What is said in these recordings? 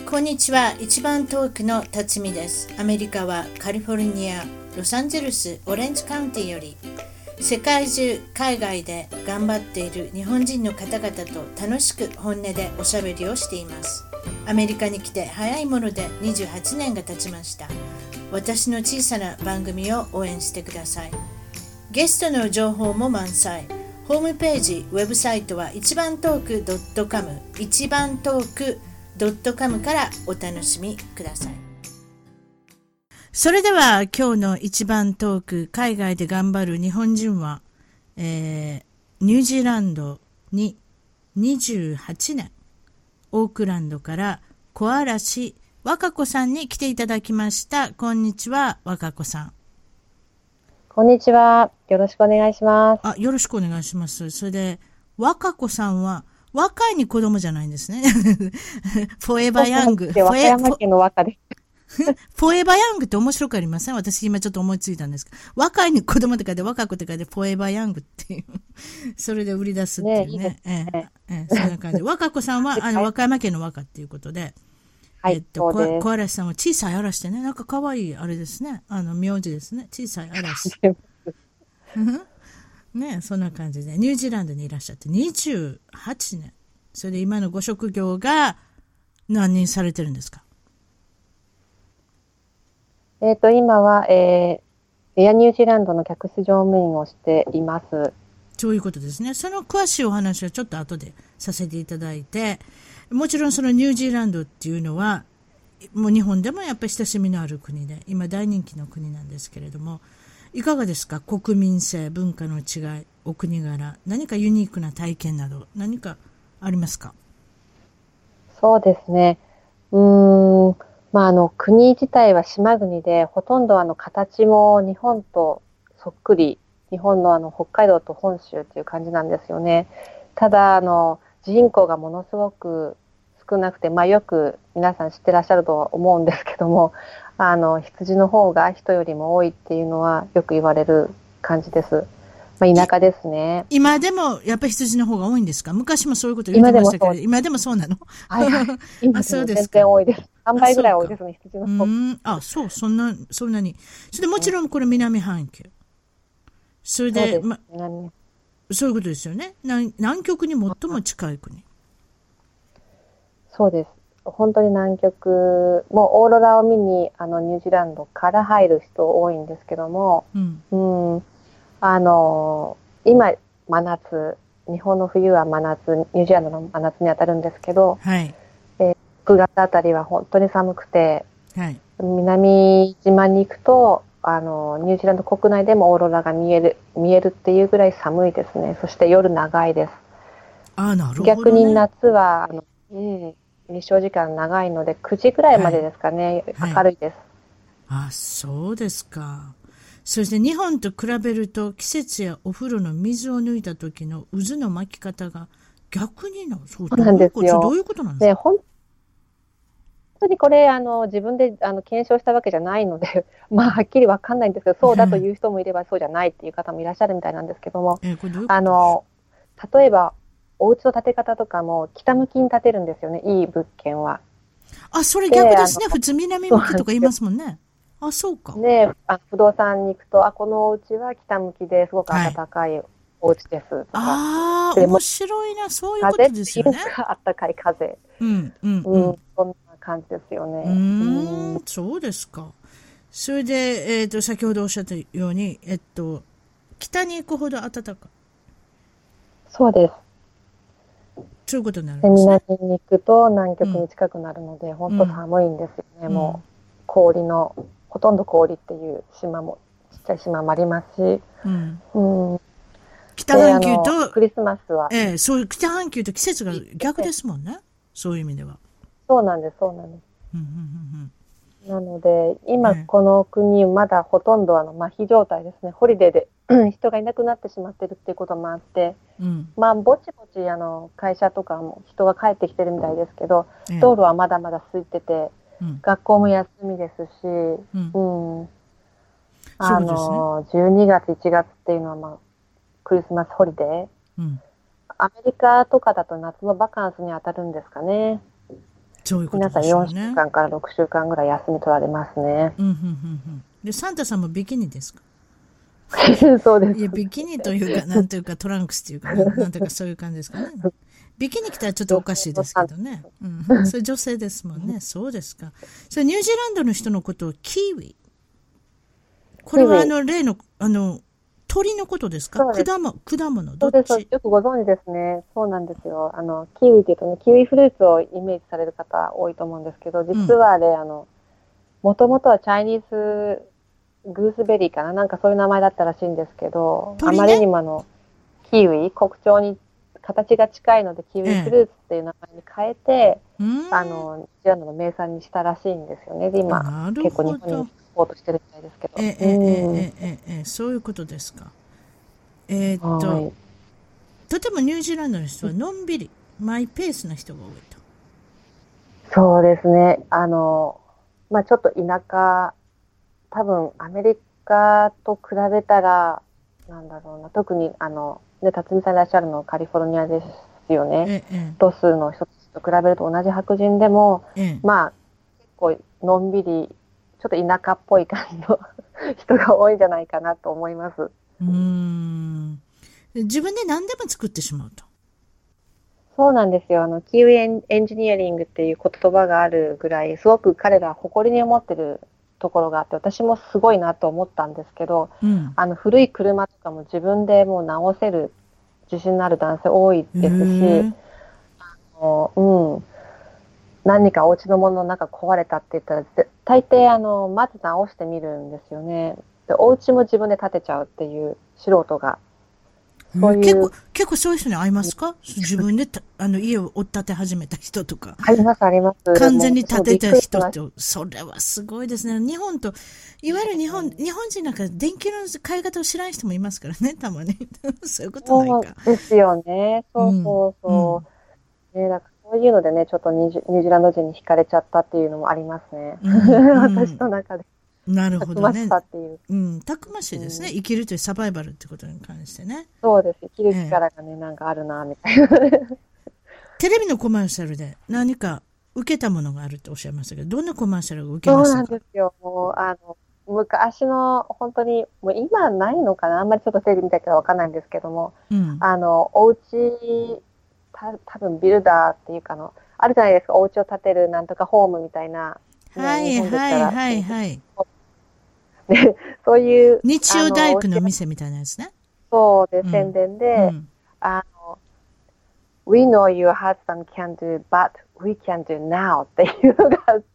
こんにちは。一番遠くの辰巳です。アメリカはカリフォルニア、ロサンゼルス、オレンジカウンティより世界中、海外で頑張っている日本人の方々と楽しく本音でおしゃべりをしています。アメリカに来て早いもので28年が経ちました。私の小さな番組を応援してください。ゲストの情報も満載。ホームページ、ウェブサイトは一番トーク .com 一番トーク.com からお楽しみください。それでは今日の一番トーク、海外で頑張る日本人は、ニュージーランドに28年、オークランドから小嵐和歌子さんに来ていただきました。こんにちは、和歌子さん。 こんにちは。よろしくお願いします。 よろしくお願いします。それで、和歌子さんは若いに子供じゃないんですね。フォーエバーヤング。 和歌山県の和歌です。 フォーエバーヤングって面白くありません？私今ちょっと思いついたんですけど。若いに子供とかで若くとかでフォーエバーヤングっていう。それで売り出すっていうね。そんな感じ。和歌子さんは、和歌山県の和歌っていうことで。 はい、そうです。 小嵐さんは小さい嵐ってね、なんか可愛いあれですね。名字ですね。小さい嵐。ね、そんな感じでニュージーランドにいらっしゃって28年。それで今のご職業が何人されてるんですか？ 今は、エアニュージーランドの客室乗務員をしています。 そういうことですね。その詳しいお話はちょっと後でさせていただいて、もちろんそのニュージーランドっていうのはもう日本でもやっぱり親しみのある国で今大人気の国なんですけれども、いかがですか？国民性、文化の違い、お国柄、何かユニークな体験など何かありますか？ そうですね。国自体は島国で、ほとんど形も日本とそっくり、日本の北海道と本州っていう感じなんですよね。ただ、人口がものすごく少なくて、よく皆さん知ってらっしゃるとは思うんですけども、羊の方が人よりも多いっていうのはよく言われる感じです。田舎ですね。 今でもやっぱり羊の方が多いんですか？昔もそういうこと言ってましたけど、今でもそうなの？ はいはい。今でも全然多いです。3倍ぐらい多いですね、羊の方。 そんなに。それでもちろんこれ南半球。それで、そういうことですよね。南極に最も近い国。 そうです。本当に南極、もうオーロラを見にニュージーランドから入る人多いんですけども、今真夏、日本の冬は真夏、ニュージーランドの真夏に当たるんですけど、9月あたりは本当に寒くて、南島に行くとニュージーランド国内でもオーロラが見えるっていうぐらい寒いですね。そして夜長いです。 なるほどね。 逆に夏は日照時間長いので9時ぐらいまでですかね、明るいです。 そうですか。そして日本と比べると季節やお風呂の水を抜いた時の渦の巻き方が逆にそうなんですよ。 どういうことなんですか？ 本当にこれ自分で検証したわけじゃないのではっきりわかんないんですけど、そうだという人もいればそうじゃないっていう方もいらっしゃるみたいなんですけども、例えばお家の建て方とかも北向きに建てるんですよね、いい物件は。 それ逆ですね。普通南向きとか言いますもんね。そうか。 ね、不動産に行くと、このお家は北向きですごく暖かいお家ですとか。 面白いな、そういうことですよね。 暖かい風。そんな感じですよね。 そうですか。それで、先ほどおっしゃったように、北に行くほど暖かい。 そうです。 そういうことになるんですね。 南に行くと南極に近くなるので、本当寒いんですよね。もう氷のほとんど氷っていう島もちっちゃい島もありますし、 北半球とクリスマスは、 そういう北半球と季節が逆ですもんね。そういう意味では。 そうなんです。なので今この国まだほとんど麻痺状態ですね。ホリデーで人がいなくなってしまってるっていうこともあって、ぼちぼち会社とかも人が帰ってきてるみたいですけど、道路はまだまだ空いてて、学校も休みですし、12月1月っていうのはクリスマスホリデー、アメリカとかだと夏のバカンスに当たるんですかね。 そういうこと皆さん4 でしょうね。 週間から6週間ぐらい休み取られますね。 で、サンタさんもビキニですか？ そうです。 いや、ビキニというか、なんというか、トランクスというか、なんというか、そういう感じですかね。ビキニ着たらちょっとおかしいですけどね。それ女性ですもんね。そうですか。それニュージーランドの人のことをキウイ。これは例の、鳥のことですか？果物どっそうです。 ち？ よくご存知ですね。そうなんですよ。キウイって言うとね、キウイフルーツをイメージされる方多いと思うんですけど、実はあれ、もともとはチャイニーズグースベリーかな、なんかそういう名前だったらしいんですけど、あまりにもキウイ、国鳥に形が近いので、キウイフルーツっていう名前に変えて、ニュージーランドの名産にしたらしいんですよね。で、今、結構日本にエクスポートしてるみたいですけど。そういうことですか。とてもニュージーランドの人はのんびり、マイペースな人が多いと。 そうですね。ちょっと田舎、多分アメリカと比べたら、なんだろうな、特に辰巳さんいらっしゃるのカリフォルニアですよね。都数の人たちと比べると同じ白人でも、結構のんびり、ちょっと田舎っぽい感じの人が多いんじゃないかなと思います。 自分で何でも作ってしまうと。 そうなんですよ。キウイエンジニアリングっていう言葉があるぐらい、すごく彼ら誇りに思ってるところがあって、私もすごいなと思ったんですけど、古い車とかも自分でもう直せる自信のある男性多いですし、何かお家のものの中壊れたって言ったら、大抵まず直してみるんですよね。で、お家も自分で建てちゃうっていう素人が。 結構そういう人に会いますか？自分で家を追っ立て始めた人とか。 あります、あります。 完全に建てた人と、それはすごいですね。日本と、いわゆる日本人なんか電気の買い方を知らん人もいますからね、たまに。そういうことないか。 そうですよね。だからそういうのでね、ちょっとニュージーランド人に惹かれちゃったっていうのもありますね。私の中で。 なるほどね。 たくましさっていう。 たくましいですね。生きるというサバイバルってことに関してね。 そうです。生きる力がね、なんかあるな、みたいな。 テレビのコマーシャルで何か受けたものがあるっておっしゃいましたけど、どんなコマーシャルを受けましたか？ そうなんですよ。もう、昔の、本当に、もう今ないのかな、あんまりちょっとテレビ見たけどわかんないんですけども、お家、多分ビルダーっていうかあるじゃないですか、お家を建てるなんとかホームみたいな。 はいはいはい。 で、そういう。 日曜大工の店みたいなやつね。 そうで、宣伝で、We know your husband can do, but we can do now っていうのがあって、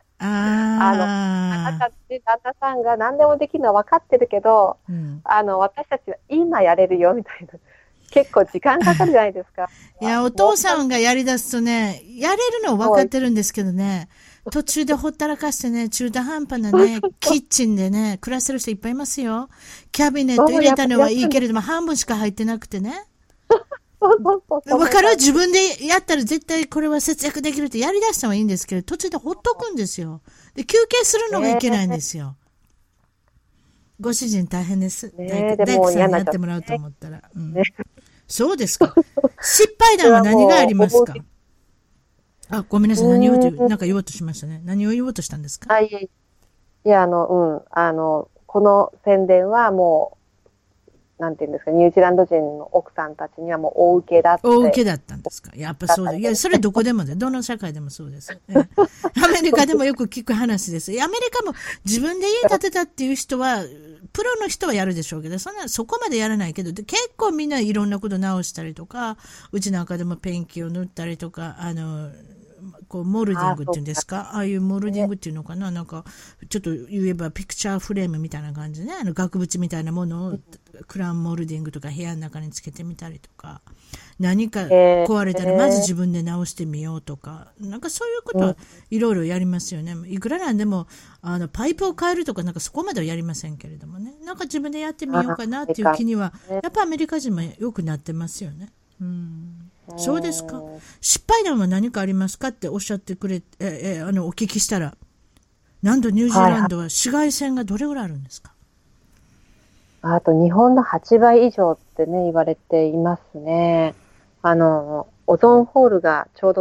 旦那さんが何でもできるのは分かってるけど、私たちは今やれるよみたいな。結構時間かかるじゃないですか。 いや、お父さんがやり出すとね、やれるのは分かってるんですけどね、途中でほったらかしてね、中途半端なね、キッチンでね、暮らしてる人いっぱいいますよ。キャビネット入れたのはいいけれども、半分しか入ってなくてね。わかる？自分でやったら絶対これは節約できるってやり出したのはいいんですけど、途中でほっとくんですよ。で、休憩するのがいけないんですよ。ご主人大変です。大工さんにやってもらうと思ったら。そうですか。失敗談は何がありますか？ごめんなさい。なんか言おうとしましたね。何を言おうとしたんですか？ いや、この宣伝はもう、なんていうんですか、ニュージーランド人の奥さんたちにはもう大受けだって。 大受けだったんですか？やっぱそうだ。いや、それどこでもで、どの社会でもそうです。アメリカでもよく聞く話です。アメリカも自分で家建てたっていう人は、プロの人はやるでしょうけど、そこまでやらないけど、結構みんないろんなこと直したりとか、うちなんかでもペンキを塗ったりとか、モルディングっていうんですか？ああいうモルディングっていうのかな？なんか、ちょっと言えばピクチャーフレームみたいな感じね。額縁みたいなものを、クラウンモルディングとか部屋の中につけてみたりとか、何か壊れたらまず自分で直してみようとか、なんかそういうことはいろいろやりますよね。いくらなんでも、パイプを変えるとかなんかそこまではやりませんけれどもね。なんか自分でやってみようかなっていう気には、やっぱアメリカ人もよくなってますよね。そうですか。失敗談は何かありますかっておっしゃってくれ、お聞きしたら、なんとニュージーランドは紫外線がどれぐらいあるんですか？ あと日本の8倍以上ってね、言われていますね。オゾンホールがちょうど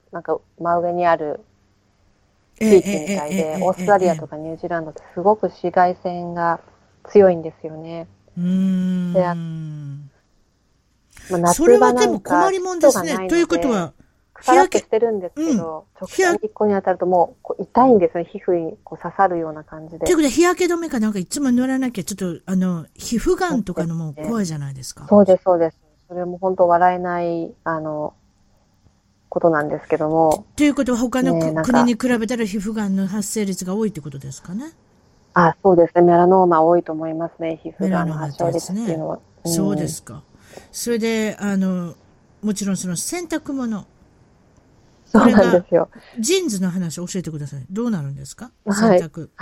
なんか真上にある地域みたいで、オーストラリアとかニュージーランドってすごく紫外線が強いんですよね。で、 それ夏場なんはでも困かりもん湿度がですね。というないので、 ことは、 カラッとしてるんですけど、直日焼け、 射日光に当たるともうこう痛いんですね。皮膚にこう刺さるような感じで。 ということで、日焼け止めかなんかいつも塗らなきゃ、ちょっと、皮膚がんとかのも怖いじゃないですか。 そうです、そうです。それも本当笑えない、ことなんですけども。 ということは、他のね、なん国にか、 比べたら皮膚がんの発生率が多いってことですかね。 そうですね。メラノーマ多いと思いますね。皮膚がんのメラノマ発症率ですね。 っていうのは。 そうですか。それで、もちろんその洗濯物。こそうれが、 なんですよ。 ジーンズの話を教えてください。どうなるんですか洗はい。 濯。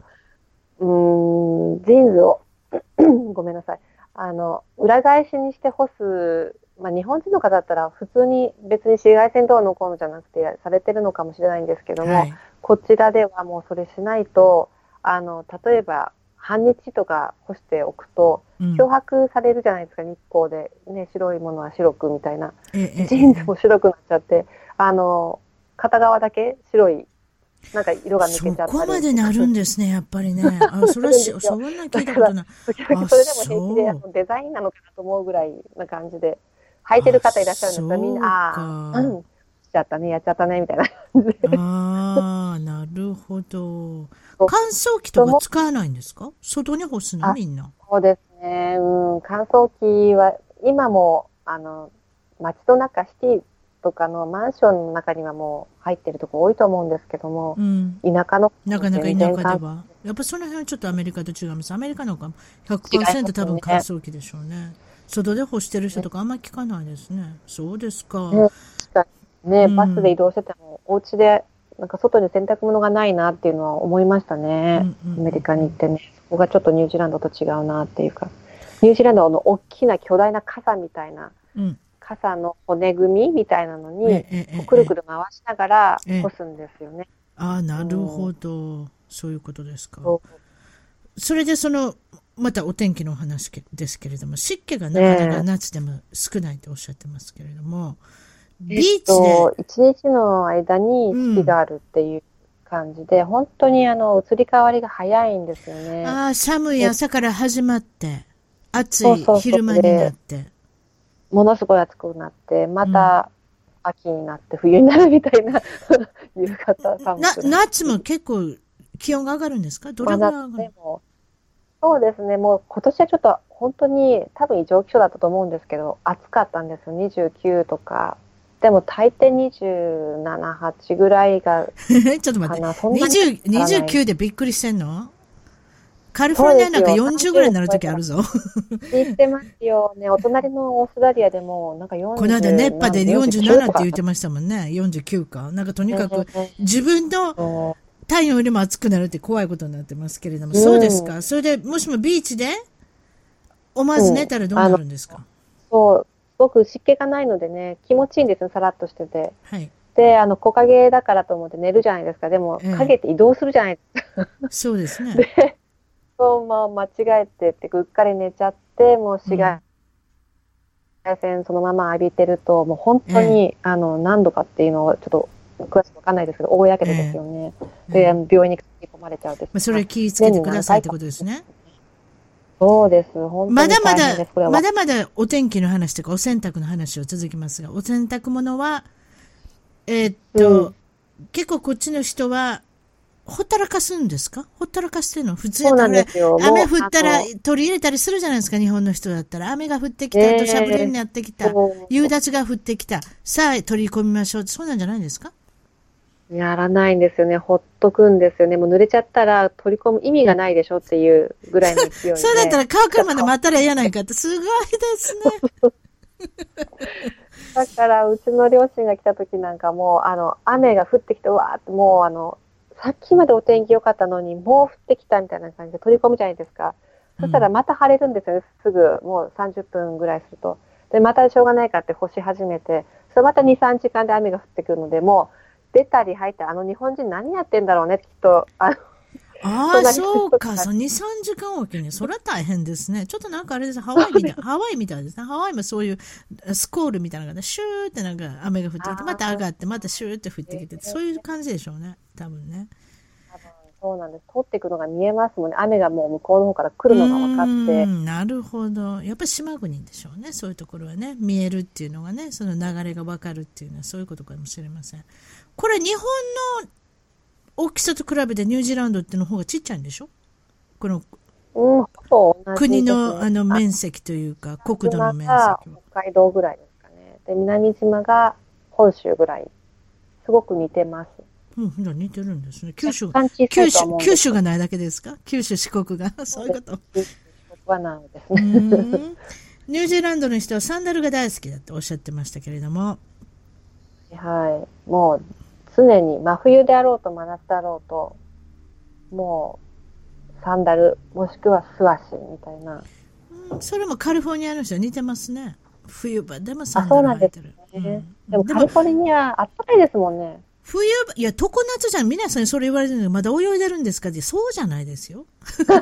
ジーンズをごめんなさい。裏返しにして干す、日本人の方だったら普通に別に紫外線とかのこうのじゃなくてされてるのかもしれないんですけども、 はい。 こちらではもうそれしないと、例えば半日とか干しておくと、 うん。 漂白されるじゃないですか、日光で。ね、白いものは白くみたいな。 ええ、 ジーンズも白くなっちゃって、片側だけ白い、なんか色が抜けそちゃったこまでなりとか。 るんですね、やっぱりね。それはるんですよ。 そんな聞だから、 いたことない。 時々それでも平気でデザインなのかなと思うぐらいな感じで、履いてる方いらっしゃるんですが、みんな、 そうか。 しちゃったね、やっちゃったね、みたいな感じで。 なるほど。 そう乾燥機とか使わないんですか外に干すのあ、 みんな。 そうですね。乾燥機は、今も、街の中、シティとかのマンションの中にはもう入ってるとこ多いと思うんですけども、 うん。 田舎のなかなか全然田舎では。やっぱその辺はちょっとアメリカと違います。アメリカの方が違いま 100%多分乾すよね。 燥機でしょうね。外で干してる人とかあんまり聞かないですね。そうですか。 ね、確かにね、バスで移うん。 動してても、お家で、なんか外に洗濯物がないなっていうのは思いましたね。 うんうんアメリカうんうん。 に行ってね。そこがちょっとニュージーランドと違うなっていうか。ニュージーランドの大きな巨大な傘みたいな、 うん。 傘の骨組みみたいなのに、 ええこうくるくええる回しながらええ。ええ。 干すんですよね。 なうるほん。 ど。そういうことですか。 そそれでまたお天気の話ですけれども、湿気がうなかなかね夏でも少ないとおっしゃってますけれども、 え。 ビーチで、 一日の間に四季うん。 があるっていう感じで、本当に移り変わりが早いんですよね。 寒いで、 朝から始まって、暑そういそうそう。 昼間になで、 って、 ものすごい暑くなって、まうん。 た秋になって冬になるみたいな夕方寒くなって。 夏も結構気温が上がるんですかどれ真夏ぐらい上がるの？ でも、そうですね、もう今年はちょっと本当に多分異常気象だったと思うんですけど、暑かったんですよ、29とか。でも大抵27、8ぐらいがちょっと待って。 かな、そんなに暑く 20、 ならない。 29でびっくりしてんの？カリフォルニアなんかそうですよ、 40ぐらい 30 になる度超えたらときあるぞ。 言ってますよね。お隣のオーストラリアでも、なんかこの間熱波で 49 47ってとか。 言ってましたもんね。49か。なんかとにかくね自分のそ体温よりも暑くなるって怖いことになってますけれども。 う。 そうですうん。 か。それでもしもビーチで思わず寝うん。 たらどうなるんですか？ そう、すごく湿気がないのでね、気持ちいいんですよ、さらっとしてて。 はい。 で、木陰だからと思って寝るじゃないですか。でも、 ええ。 影って移動するじゃないですか。 そうですね。 で、そう、間違えてって、うっかり寝ちゃって、もう紫外うん。 線そのまま浴びてると、もう本ええ。 当に、何度かっていうのをちょっと詳しくわかんないですけど、大やけどですええ。 よね。で、 ええ。 病院に駆け込まれちゃうです。 それ気をつけ年にてくださいって何回か。 ことですね。 そうです。本当まにだまだ、 大変です。これは。 まだまだお天気の話とかお洗濯の話を続きますが、お洗濯物は、えーっと、 うん。 結構こっちの人は、ほったらかすんですか？ほったらかしてるの普通やそうったら、ほら、 なんですよ。 雨もう、 降ったら取り入れたりするじゃないですか、日本の人だったら。雨が降ってきた、土砂降りにねなってきた、夕そ立が降ってきた、さあ取り込みましょうって、そうなんじゃないですか？ やらないんですよね。ほっとくんですよね。もう濡れちゃったら取り込む意味がないでしょっていうぐらいの勢そうだったいで。 ら乾くまで待ったらええやないかって、すごいですね。 だから、うちの両親が来た時なんかもう、雨が降ってきて、うわーって、もう、さっきまでお天気良かったのに、もう降ってきたみたいな感じで取り込むじゃないですか。そしたらうん。 また晴れるんですよね。すぐ、もう30分ぐらいすると。で、またしょうがないかって干し始めて、それまた2、3時間で雨が降ってくるので、もう、出たり入ったり、日本人何やってんだろうね、きっと、 ああ、そうか。そう、2、3時間おきに。それは大変ですね。ちょっとなんかあれです。ハワイみたい、ハワイみたいですね。ハワイもそういうスコールみたいなのがね、シューってなんか雨が降ってきて、また上がって、またシューって降ってきて、そういう感じでしょうね。多分ね。 そうなんです。通っていくのが見えますもんね。雨がもう向こうの方から来るのが分かって。 なるほど。やっぱり島国でしょうね。そういうところはね。見えるっていうのがね、その流れが分かるっていうのはそういうことかもしれません。これ日本の大きさと比べてニュージーランドっての方がちっちゃいんでしょ？この国の面積というか、国土の面積は。 北海道ぐらいですかね。で、南島が本州ぐらい。すごく似てます。 うん、似てるんですね。九州がないだけですか？九州、四国が。そういうこと。 九州、四国はないですね。 ニュージーランドの人はサンダルが大好きだっておっしゃってましたけれども。 はい。もう常に真冬であろうと真夏であろうと、もうサンダル、もしくは素足みたいな。 それもカリフォルニアの人は似てますね。冬場でもサンダル履いてる。 そうなんですね。でもカリフォルニアあったかいですもんね。 冬場、いや、常夏じゃん。皆さんにそれ言われてるのにまだ泳いでるんですかって、そうじゃないですよ。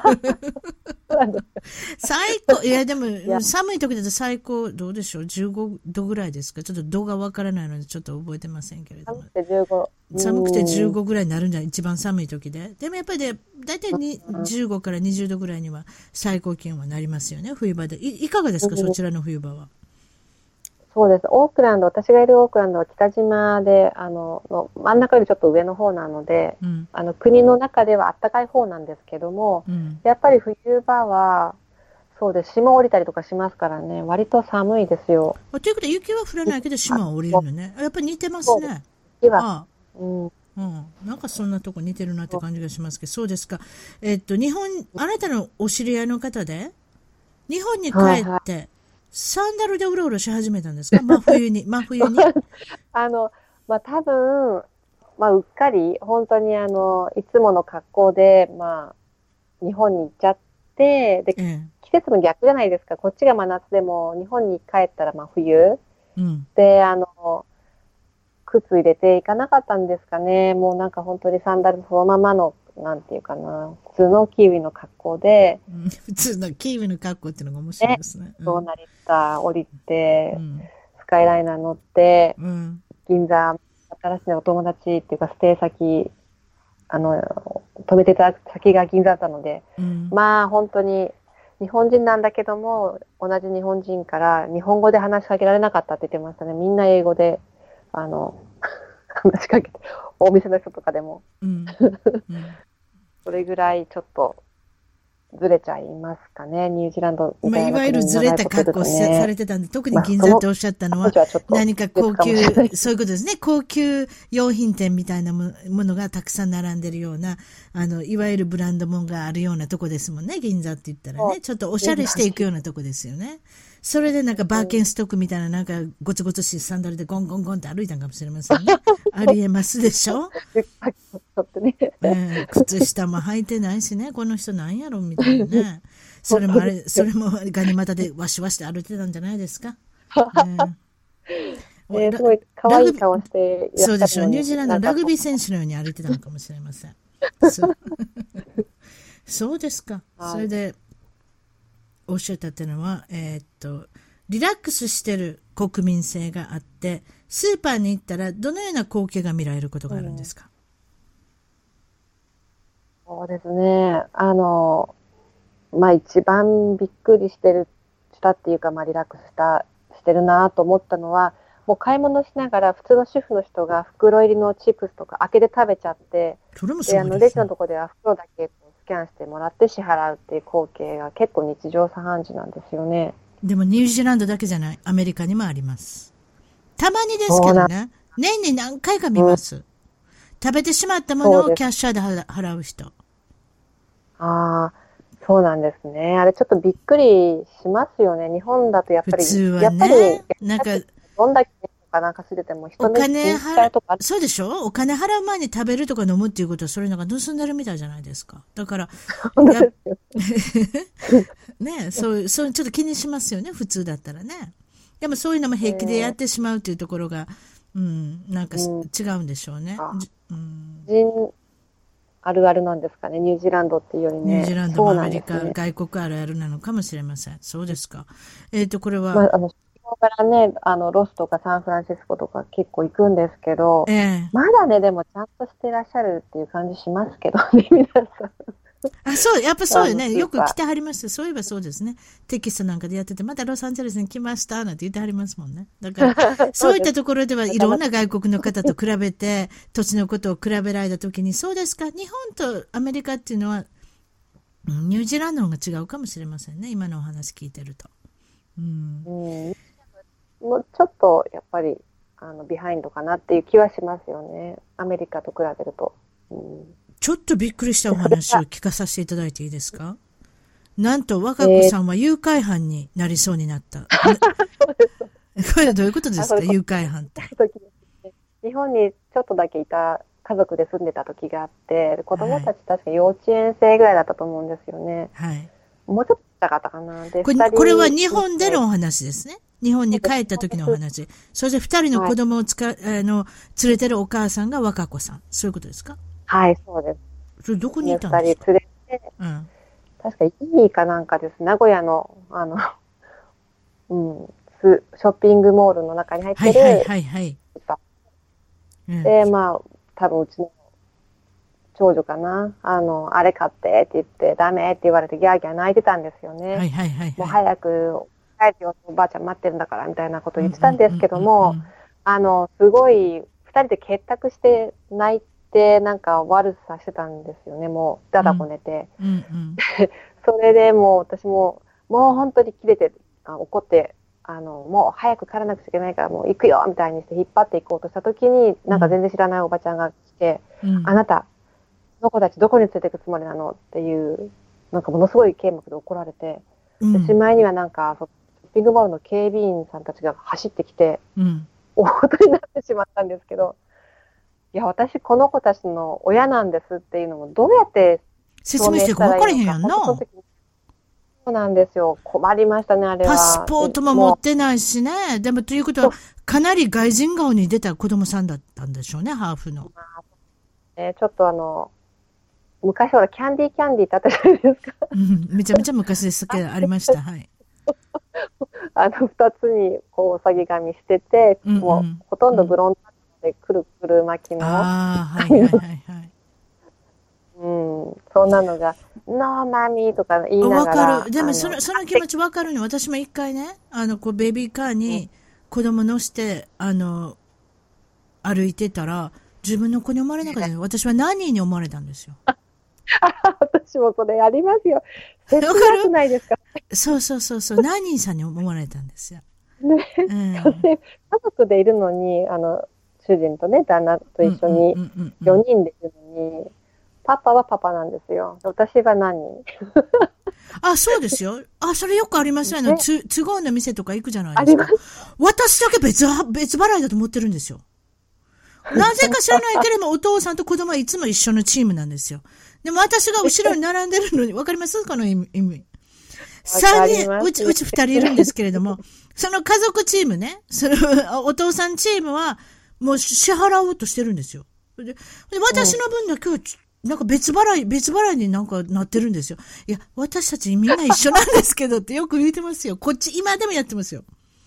最高、いや、でも、寒い時だと最高、どうでしょう、15度ぐらいですか。ちょっと度がわからないので、ちょっと覚えてませんけれども。寒くて15ぐらいになるんじゃない？一番寒い時で。でもやっぱりね、だいたい15から20度ぐらいには最高気温はなりますよね、冬場で。いかがですか、そちらの冬場は。 そうです。オークランド、私がいるオークランドは北島で、の真ん中よりちょっと上の方なので、国の中では暖かい方なんですけども、やっぱり冬場は、そうです。霜降りたりとかしますからね、割と寒いですよ。 ということで、雪は降らないけど霜は降りるのね。やっぱり似てますね。 雪は。 なんかそんなとこ似てるなって感じがしますけど、そうですか。あなたのお知り合いの方で、日本に帰って、サンダルでうろうろし始めたんですか？真冬に。多分、うっかり、本当にいつもの格好で、日本に行っちゃって、で、季節の逆じゃないですか。こっちが真夏でも、日本に帰ったら冬。で、靴入れていかなかったんですかね。もうなんか本当にサンダルそのままの、なんていうかな、普通のキーウィの格好で。 普通のキーウィの格好っていうのが面白いですね。 そうなりた、降りて、スカイライナー乗って、銀座、新しいお友達っていうか、ステイ先、止めていただく先が銀座だったので、本当に、日本人なんだけども、同じ日本人から日本語で話しかけられなかったって言ってましたね。みんな英語で、話しかけて、お店の人とかでも。それぐらいちょっとずれちゃいますかね、ニュージーランドみたいな。 いわゆるずれた格好されてたんで、特に銀座っておっしゃったのは、何か高級、そういうことですね、高級用品店みたいなものがたくさん並んでるような、いわゆるブランドもんがあるようなとこですもんね、銀座って言ったらね。ちょっとおしゃれしていくようなとこですよね。それでなんかバーケンストックみたいななんかゴツゴツしいサンダルでゴンゴンゴンって歩いたんかもしれませんね。ありえますでしょ。靴下も履いてないしね、この人なんやろみたいなね。それもガニ股でワシワシで歩いてたんじゃないですか。 すごい可愛い顔してそうでしょう。ニュージーランドのラグビー選手のように歩いてたのかもしれません。そうですか。それでおっしゃったっていうのは、リラックスしてる国民性があって、スーパーに行ったらどのような光景が見られることがあるんですか？ そうですね。一番びっくりしたっていうか、リラックスしてるなと思ったのは、もう買い物しながら普通の主婦の人が袋入りのチップスとか開けて食べちゃって、レジのところでは袋だけスキャンしてもらって支払うっていう光景が結構日常茶飯事なんですよね。 でもニュージーランドだけじゃない、アメリカにもあります。たまにですけどね、年に何回か見ます。食べてしまったものをキャッシャーで払う人。 そうなんですね。あれちょっとびっくりしますよね。日本だとやっぱり。 普通はね。なんか、 どんだけなんかしてても人のそうでしょ？お金払う前に食べるとか飲むっていうことはそれなんか盗んでるみたいじゃないですか。だから、ね、そうちょっと気にしますよね、普通だったらね。でもそういうのも平気でやってしまうっていうところが、なんか違うんでしょうね。 あるあるなんですかね。ニュージーランドっていうよりね。 ニュージーランドもアメリカ、外国あるあるなのかもしれません。そうですか。これは。 まあ、日本からね、ロスとかサンフランシスコとか結構行くんですけど、まだね、でもちゃんとしてらっしゃるっていう感じしますけどね、皆さん。 そう、やっぱそうよね。よく来てはります。そういえばそうですね。テキストなんかでやってて、またロサンゼルスに来ましたなんて言ってはりますもんね。だから、そういったところではいろんな外国の方と比べて、土地のことを比べられたときに、そうですか、日本とアメリカっていうのは、ニュージーランドの方が違うかもしれませんね。今のお話聞いてると。 もうちょっと、やっぱり、ビハインドかなっていう気はしますよね。アメリカと比べると。 ちょっとびっくりしたお話を聞かさせていただいていいですか？なんと、若子さんは誘拐犯になりそうになった。これはどういうことですか？誘拐犯って。 日本にちょっとだけいた家族で住んでた時があって、子供たち確か幼稚園生ぐらいだったと思うんですよね。 はい。 もうちょっと近かったかな。で、 これは日本でのお話ですね。日本に帰った時のお話。そして二人の子供を連れてるお母さんが若子さん。そういうことですか？ はい、そうです。 それどこにいたんですか？ 二人連れて、確かイーかなんかです。名古屋の、ショッピングモールの中に入ってる。はいで、まあ、多分うちの長女かな。あれ買ってって言って、ダメって言われてギャーギャー泣いてたんですよね。もう早く帰ってよ、おばあちゃん待ってるんだからみたいなことを言ってたんですけども、すごい、二人で結託して泣いて、なんか悪さしてたんですよね。もう、だだこねて。それでもう私も、もう本当に切れて、怒って、もう早く帰らなくちゃいけないからもう行くよみたいにして引っ張っていこうとした時に、なんか全然知らないおばちゃんが来て、あなた、この子たちどこに連れて行くつもりなのっていう、なんかものすごい剣幕で怒られて、しまいにはなんか、ショッピングモールの警備員さんたちが走ってきて、大事になってしまったんですけど、いや、私この子たちの親なんですっていうのもどうやって説明してか分からへんやんな。 そうなんですよ。困りましたね、あれは。 パスポートも持ってないしね。でもということは、かなり外人顔に出た子供さんだったんでしょうね、ハーフの。 ちょっと昔ほら、キャンディーってあったじゃないですか。 めちゃめちゃ昔ですけど、ありました。はい。 二つにこう、うさぎ髪してて、もう、ほとんどブロンドでくるくる巻きの。そんなのが、ノーマミーとか言いながら。 わかる。でもその気持ちわかるの。私も一回ね、ベビーカーに子供乗して、歩いてたら、自分の子に思われなかった。私は何に思われたんですよ。 私もそれありますよ。切なくないですか？ そう。何さんに思われたんですよ。 家族でいるのに、主人とね、旦那と一緒に、4人でいるのに、パパはパパなんですよ。私は何？ そうですよ。それよくありますよね。都合の店とか行くじゃないですか。私だけ別払いだと思ってるんですよ。なぜか知らないけれども、お父さんと子供はいつも一緒のチームなんですよ。でも私が後ろに並んでるのに、わかりますこの意味。3人、うち2人いるんですけれども、その家族チームね、お父さんチームは、もう支払おうとしてるんですよ。で私の分だけは、なんか別払いになんかなってるんですよ。いや、私たちみんな一緒なんですけどってよく言ってますよ。こっち、今でもやってますよ。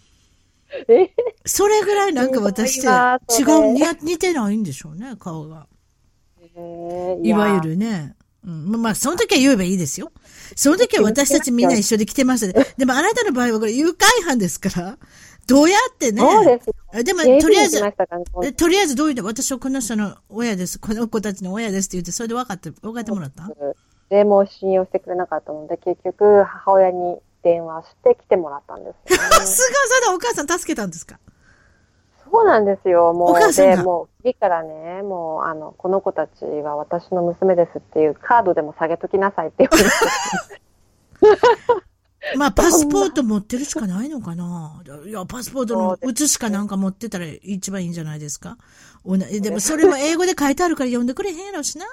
それぐらいなんか私って似てないんでしょうね、顔が。いわゆるね。まあ、その時は言えばいいですよ。その時は私たちみんな一緒で来てましたね。でもあなたの場合はこれ誘拐犯ですから、どうやってね。でも、とりあえずどういうの、私はこの人の親です、この子たちの親ですって言って、それで分かってもらった？ でも信用してくれなかったので、結局、母親に電話して来てもらったんですよ、ね。 すごい、お母さん助けたんですか？ そうなんですよ。もう、 お母さんがもう、次からね、もう、この子たちは私の娘ですっていうカードでも下げときなさいって言われて。 まあ、パスポート持ってるしかないのかな。いや、パスポートの写しかなんか持ってたら一番いいんじゃないですか。でもそれも英語で書いてあるから読んでくれへんやろしな。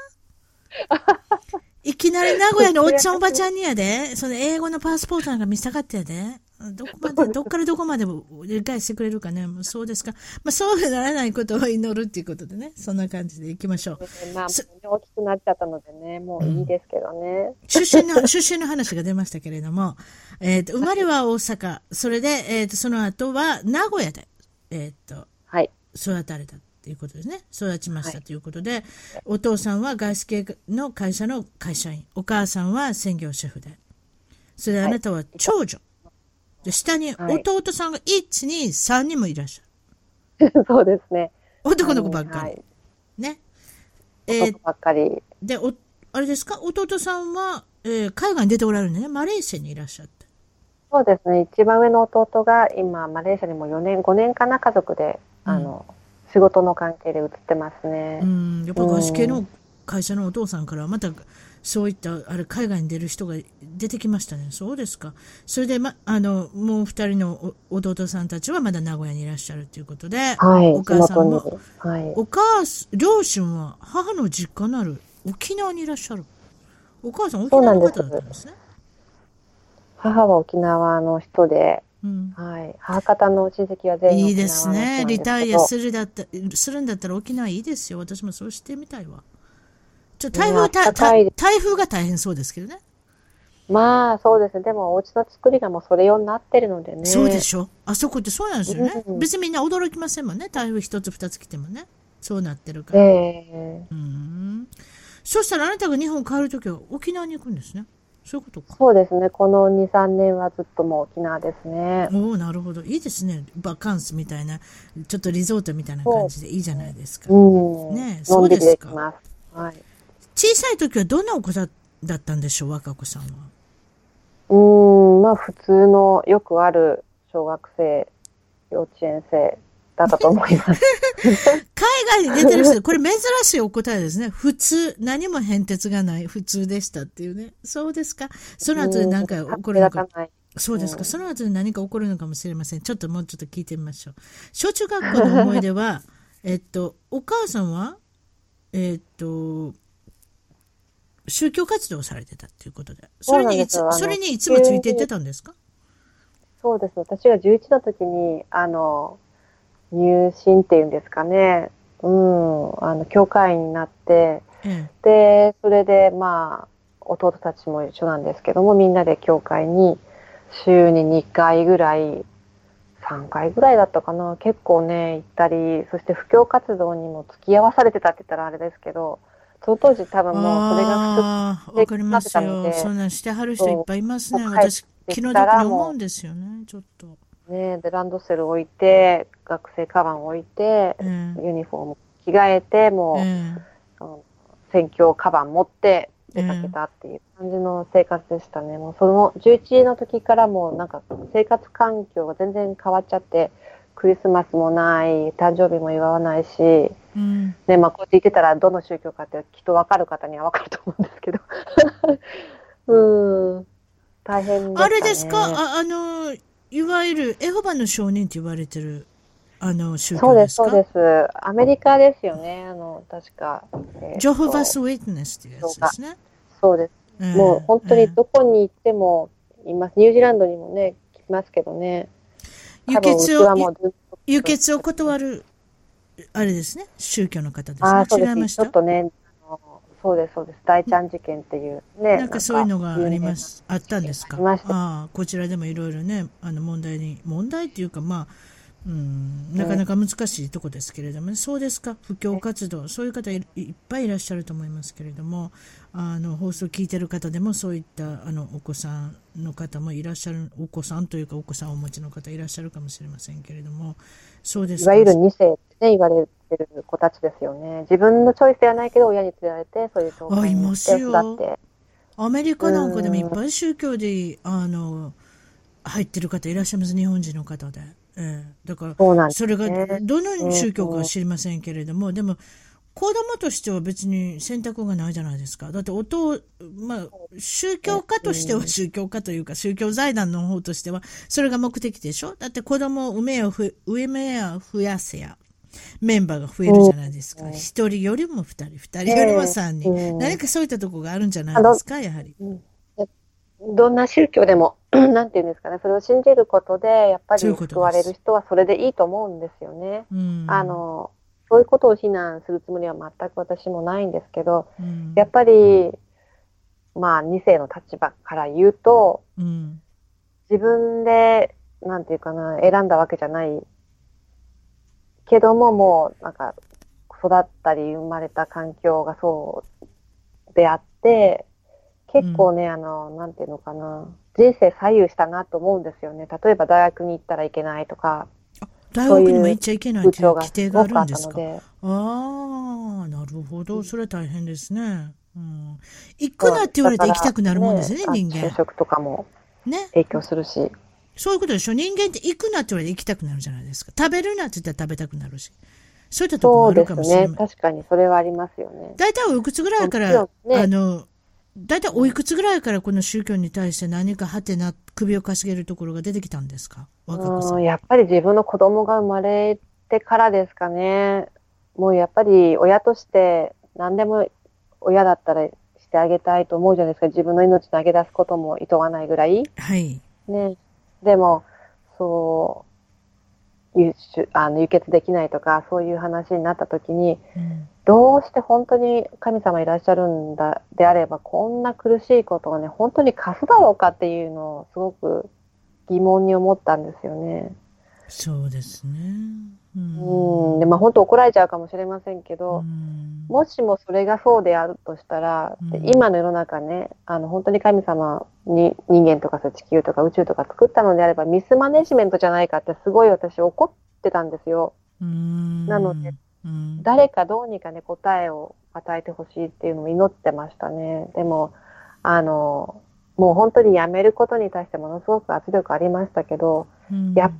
いきなり名古屋のおっちゃんおばちゃんにやで、その英語のパスポートなんか見せたかったやで。 どっからどこまでも理解してくれるかね。そうですか。そうならないことを祈るっていうことでね。そんな感じでいきましょう。 大きくなっちゃったのでね、もういいですけどね。 出身の話が出ましたけれども、生まれは大阪、それで、その後は名古屋で、 はい。 育たれたということですね。育ちましたということで、お父さんは外資系の会社の会社員、お母さんは専業主婦で、それであなたは長女。で下に弟さんが1、2、3人もいらっしゃる。 そうですね。 男の子ばっかり。ね。 男ばっかり。 で、あれですか、弟さんは、海外に出ておられるね。マレーシアにいらっしゃって。 そうですね。一番上の弟が今、マレーシアにも4年、5年かな、家族で、仕事の関係で移ってますね。 やっぱ外資系の会社のお父さんからはまた、そういった海外に出る人が出てきましたね。そうですか。それで、もう二人の弟さんたちはまだ名古屋にいらっしゃるということで、 はい、 お母さんも、 はい、 両親は母の実家なる沖縄にいらっしゃる。お母さん沖縄の方だったんですね。 母は沖縄の人で、はい、母方の親戚は全員沖縄の人なんですけど。 いいですね。リタイアするんだったら沖縄いいですよ。私もそうしてみたいわ。台風が大変そうですけどね。 まあそうですね。でもお家の作りがもうそれ用になってるのでね。 そうでしょ。あそこってそうなんですよね。別にみんな驚きませんもんね。台風一つ二つ来てもね。そうなってるから。そしたらあなたが日本帰るときは沖縄に行くんですね。そういうことか。 そうですね。この2、3年はずっともう沖縄ですね。 なるほど。いいですね。バカンスみたいな、ちょっとリゾートみたいな感じでいいじゃないですか。ね、そうですか。 はい。 小さい時はどんなお子だったんでしょう、若子さんは。 まあ普通のよくある小学生、幼稚園生だったと思います。 海外に出てる人、これ珍しいお答えですね。普通、何も変哲がない、普通でしたっていうね。そうですか。その後で何か起こるのか。そうですか。その後で何か起こるのかもしれません。もうちょっと聞いてみましょう。小中学校の思い出は、お母さんは、宗教活動をされてたっていうことで。それにいつもついていってたんですか？ そうです。私が11の時に、入信っていうんですかね。教会員になって、で、それで、まあ、弟たちも一緒なんですけども、みんなで教会に週に2回ぐらい、3回ぐらいだったかな。結構ね、行ったり、そして布教活動にも付き合わされてたって言ったらあれですけど、その当時多分もうそれが普通になってたので。 そんなんしてはる人いっぱいいますね。私、気の毒に思うんですよね、ちょっと。 ね、でランドセル置いて、学生カバン置いて、ユニフォーム着替えて、もう、宣教カバン持って出かけたっていう感じの生活でしたね。もうその11の時からもうなんか生活環境が全然変わっちゃって、クリスマスもない、誕生日も祝わないし、ね、まあこうやって言ってたらどの宗教かってきっと分かる方には分かると思うんですけど。大変でしたね。 あれですか、いわゆるエホバの証人って言われてる宗教ですか？ そうです。アメリカですよね。確か。 ジョホバス・ウィットネスっていうやつですね。 そうです。もう本当にどこに行ってもいます。ニュージーランドにもね、来ますけどね。 輸血を断る、あれですね。宗教の方ですね。違いました？ ちょっとね、そうです。大ちゃん事件っていうね。 なんかそういうのがあったんですか？こちらでもいろいろね、問題っていうか、まあ、なかなか難しいとこですけれども、そうですか。布教活動、そういう方いっぱいいらっしゃると思いますけれども、放送を聞いてる方でもそういったお子さんの方もいらっしゃる、お子さんというかお子さんをお持ちの方いらっしゃるかもしれませんけれども、そうですか。 いわゆる2世ってね、言われてる子たちですよね。自分のチョイスではないけど親に連れられて、そういう教会に行って育って。 アメリカなんかでもいっぱい宗教で入ってる方いらっしゃいます。日本人の方で。だから、それがどの宗教かは知りませんけれども、でも子供としては別に選択がないじゃないですか。だって宗教家としては宗教家というか宗教財団の方としてはそれが目的でしょ。だって子供を増やせやメンバーが増えるじゃないですか。一人よりも二人よりも三人、何かそういったところがあるんじゃないですか、やはり。 どんな宗教でも、なんていうんですかね、それを信じることで、やっぱそういうり救われることです。 人はそれでいいと思うんですよね。 うん。 そういうことを非難するつもりは全く私もないんですけど、 うん。 やっぱり、まあ、二世の立場から言うと、 うん。 自分で、なんていうかな、選んだわけじゃないけども、もう、なんか、育ったり生まれた環境がそうであって、 うん。 結構ね、なんていうのかな、人生左右したなと思うんですよね。例えば大学に行ったらいけないとか、 大学にもそういう行っちゃいけないという風潮が規定があすごくあっるんですか？ たので、 ああ、なるほど。 うん、 それは大変ですね。うん。行くそうなんです。 なって言われだからて行きたくなるもんですね、 よね、人間。 就職とかもね。 影響するし、 そういうことでしょ。人間って行くなって言われて行きたくなるじゃないですか。食べるなって言ったら食べたくなるし。そういったとこもそうあるですね。 かもしれません。 確かにそれはありますよね。 大体おいくつぐらいもから、 ちろんね、 大体うん、 おいくつぐらいからこの宗教に対して何かはてな、首をかしげるところが出てきたんですか？若子さん。 やっぱり自分の子供が生まれてからですかね。もうやっぱり親として何でも親だったらしてあげたいと思うじゃないですか。自分の命投げ出すことも厭わないぐらい。 はい。 ね。でも、そう、輸血できないとか、そういう話になった時に、 うん。 どうして本当に神様いらっしゃるんだであれば、こんな苦しいことがね、本当に貸すだろうかっていうのをすごく疑問に思ったんですよね。 そうですね。うで、まあん。 本当怒られちゃうかもしれませんけうど、 ん。 もしもそれがそうであるとしたら、でうん。 今の世の中ね、本当に神様に人間とかそう地球とか宇宙とか作ったのであれば、ミスマネジメントじゃないかってすごい私怒ってたんですよ。 うなので、 ん。うん。 誰かどうにかね、答えを与えてほしいっていうのも祈ってましたね。でも、もう本当に辞めることに対してものすごく圧力ありましたけど、 うん。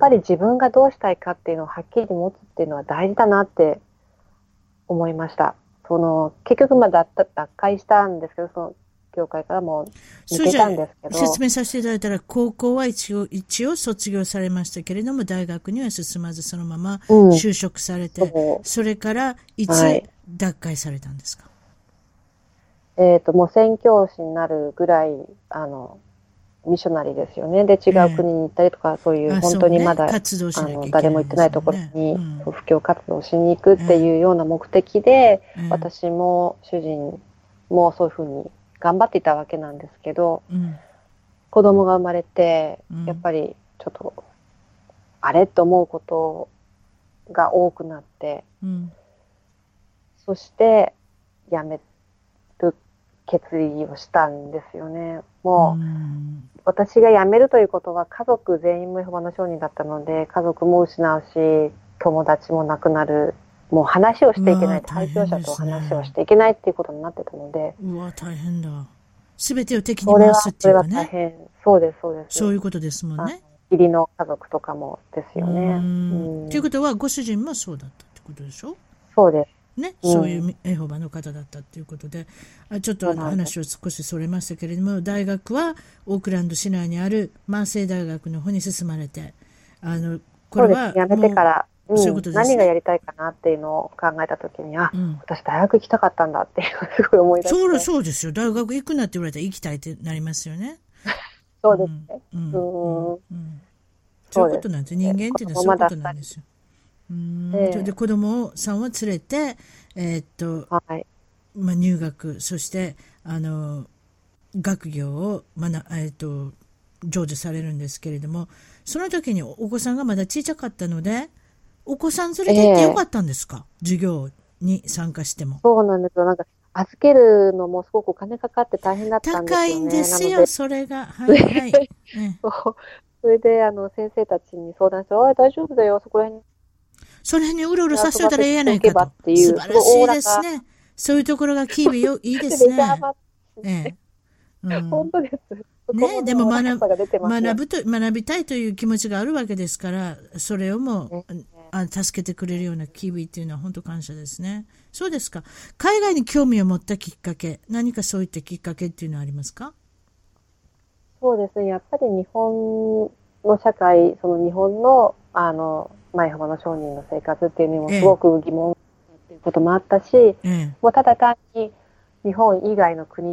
やっぱり自分がどうしたいかっていうのをはっきり持つっていうのは大事だなって思いました。結局脱会したんですけど、その業界からも抜それじゃあ、 けたんですけど、 説明させていただいたら、高校は一応卒業されましたけれども、大学には進まず、そのままうん、 就職されて、 そそれからいう、はつい。 脱会されたんですか？ もう宣教師になるぐらい、ミッショナリーですよね。で、違うえ国に行ったりとか、そういえ。あ、 う本そうね。 当にまだ、 活動しなきゃいけ誰もないで行ってないところすもんね。うに、そうん。 布教活動しに行くってえいうような目的で、 え。ええ。 私も主人もそういうふうに頑張っていたわけなんですけど、 うん。 子供が生まれて、 うん。 やっぱりちょっと、あれと思うことが多くなって、 うん。 そして辞める決意をしたんですよね。 うもん。 う私が辞めるということは家族全員もエホバの証人だったので、家族も失うし、友達も亡くなる、もう話をしていけうわ、 ない、 大退教者と変です話をしね。 ていけないっていうことになってたので、 うわ、大変だ。すべてを敵にそれは、 回すってそれはいうかね。 大変、そうです、そうです。 そういうことですもんあの、 ね。 義理の家族とかもですうーよね。うん。というん、 ことは、ご主人もそうだったってことでしょ？ そうです。 ね。 うん、 そういうエホバの方だったっていうことで、ちょっとそうなんです。 話を少しそれましたけれども、大学はオークランド市内にあるマーセイ大学の方に進まれて、あの、こそうです。 れは辞めてもから、 そういうことですね。 何がやりたいかなっていうのを考えたときに、あ、 うん。 私大学行きたかったんだっていうのをすごい思い出しそうて。 そうですよ。大学行くなって言われたら行きたいってなりますよね。 そうですうん。 ね。 うん。うん。 うん、 うん。そういうそうです。 ことなんですよ。人間っ子ていうのはそういうこと供まだ2 なんですよ。うーん。それで人で、 子供さんを連れて、えーっと、 はい。 まあ、入学、そして、学業を成就されるんですけれども、その時にお子さんがまだ小さかったので、お子さん連れえて行ってよかえ、 ったんですか？授業に参加しても。 そうなんですよ。なんか、預けるのもすごくお金かかって大変だったんで高いんですよね。なすよ、 ので、 それが。はいはい。ね、 そうそれで、先生たちに相談して、あ、大丈夫だよ、そこら辺その辺にうろうろにさせといたらええ遊ばせてやないかと。 おけばっていう、すごい素晴らしいおおらかですね。そういうところがキービよ、いいでで、 すね。 レジャーバええ。うん。 本当です。そこもね、 ね、 でもおおらかさが出てますよ。 学びたいという気持ちがあるわけですから、それをもね、 う、助けてくれるようなキビっていうのは本当感謝ですね。そうですか。海外に興味を持ったきっかけ、何かそういったきっかけっていうのはありますか？ そうですね。やっぱり日本の社会、その日本の、前浜の商人の生活っていうのもすごええ、 く疑問っていうこともあったし、 ええ、 もうただ単に日本以外の国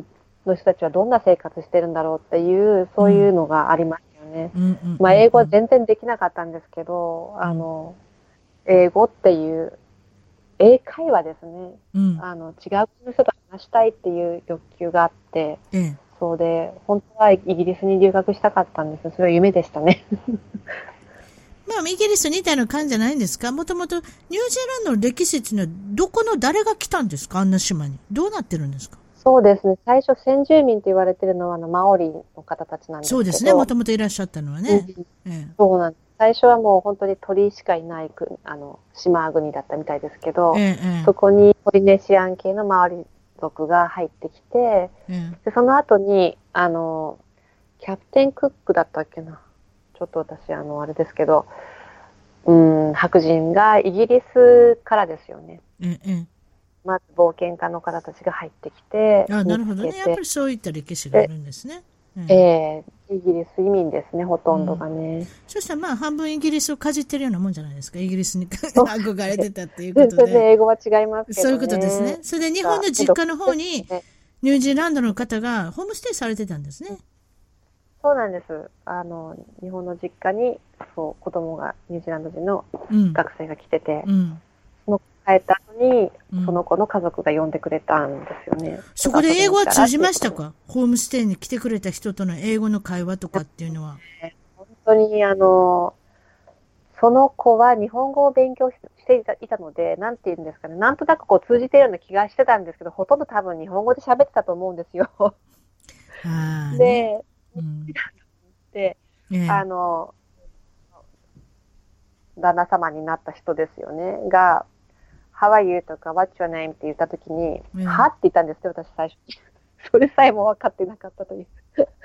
の人たちはどんな生活してるんだろうっていう、そういうのがありますよね。 まあ、英語は全然できなかったんですけど、英語っていう英会話ですね。違う国の人と話したいっていう欲求があって、そうで、本当はイギリスに留学したかったんです。それは夢でしたね。 まあ、イギリスみたいな感じじゃないんですか？もともとニュージーランドの歴史っていうのは、どこの誰が来たんですか？あんな島に。どうなってるんですか？ そうですね。最初、先住民と言われているのは、マオリの方たちなんですけど。 そうですね。もともといらっしゃったのはね。 そうなんです。最初はもう本当に鳥しかいない島国だったみたいですけど、そこにポリネシアン系のマオリ族が入ってきて、でその後に、キャプテンクックだったっけな。ちょっと私、あれですけど、白人がイギリスからですよね。まず冒険家の方たちが入ってきて。 なるほどね。やっぱりそういった歴史があるんですね。 イギリス移民ですね、ほとんどがね。 そしたらまあ半分イギリスをかじってるようなもんじゃないですか。イギリスに憧れてたっていうことで。 英語は違いますけどね。 そういうことですね。それで日本の実家の方にニュージーランドの方がホームステイされてたんですね。 そうなんです。日本の実家に子供がニュージーランド人の学生が来てて、その帰った後にその子の家族が呼んでくれたんですよね。 そこで英語は通じましたか？ホームステイに来てくれた人との英語の会話とかっていうのは。 本当にその子は日本語を勉強していたので、なんて言うんですかね、なんとなく通じてるような気がしてたんですけど、ほとんど多分日本語で喋ってたと思うんですよ。で、旦那様になった人ですよね、が、How are you? とか What's your name? って言ったときに、はって言ったんですけど、私最初に。それさえも分かってなかったという。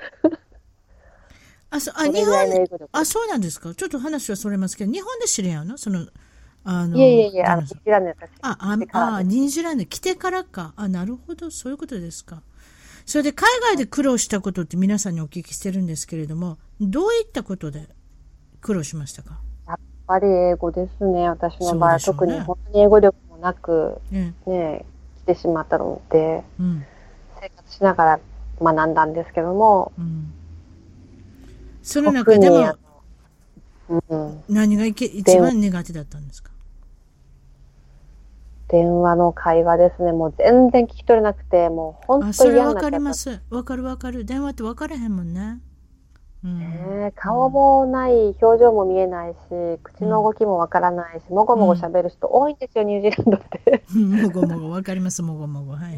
日本で、そうなんですか。ちょっと話はそれますけど、日本で知り合うの？ いえ、ニュージーランドでニュージーランド来てからか。なるほど、そういうことですか。それで海外で苦労したことって皆さんにお聞きしてるんですけれども、どういったことで苦労しましたか？ やっぱり英語ですね。私の場合は特に本当に英語力もなく、来てしまったので、生活しながら学んだんですけども、 その中でも、何が一番苦手だったんですか？ 電話の会話ですね。もう全然聞き取れなくて、もう本当に嫌になっちゃった。 それわかります。わかる。電話ってわからへんもんね。 顔もない、表情も見えないし、口の動きもわからないし、もごもご喋る人多いんですよ、ニュージーランドって。 もごもご、わかります、もごもご。はいはい。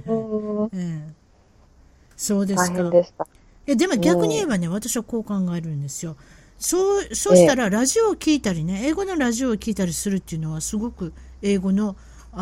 そうですか。 大変でした。 でも逆に言えばね、私はこう考えるんですよ。そうしたらラジオを聞いたりね、英語のラジオを聞いたりするっていうのはすごく英語の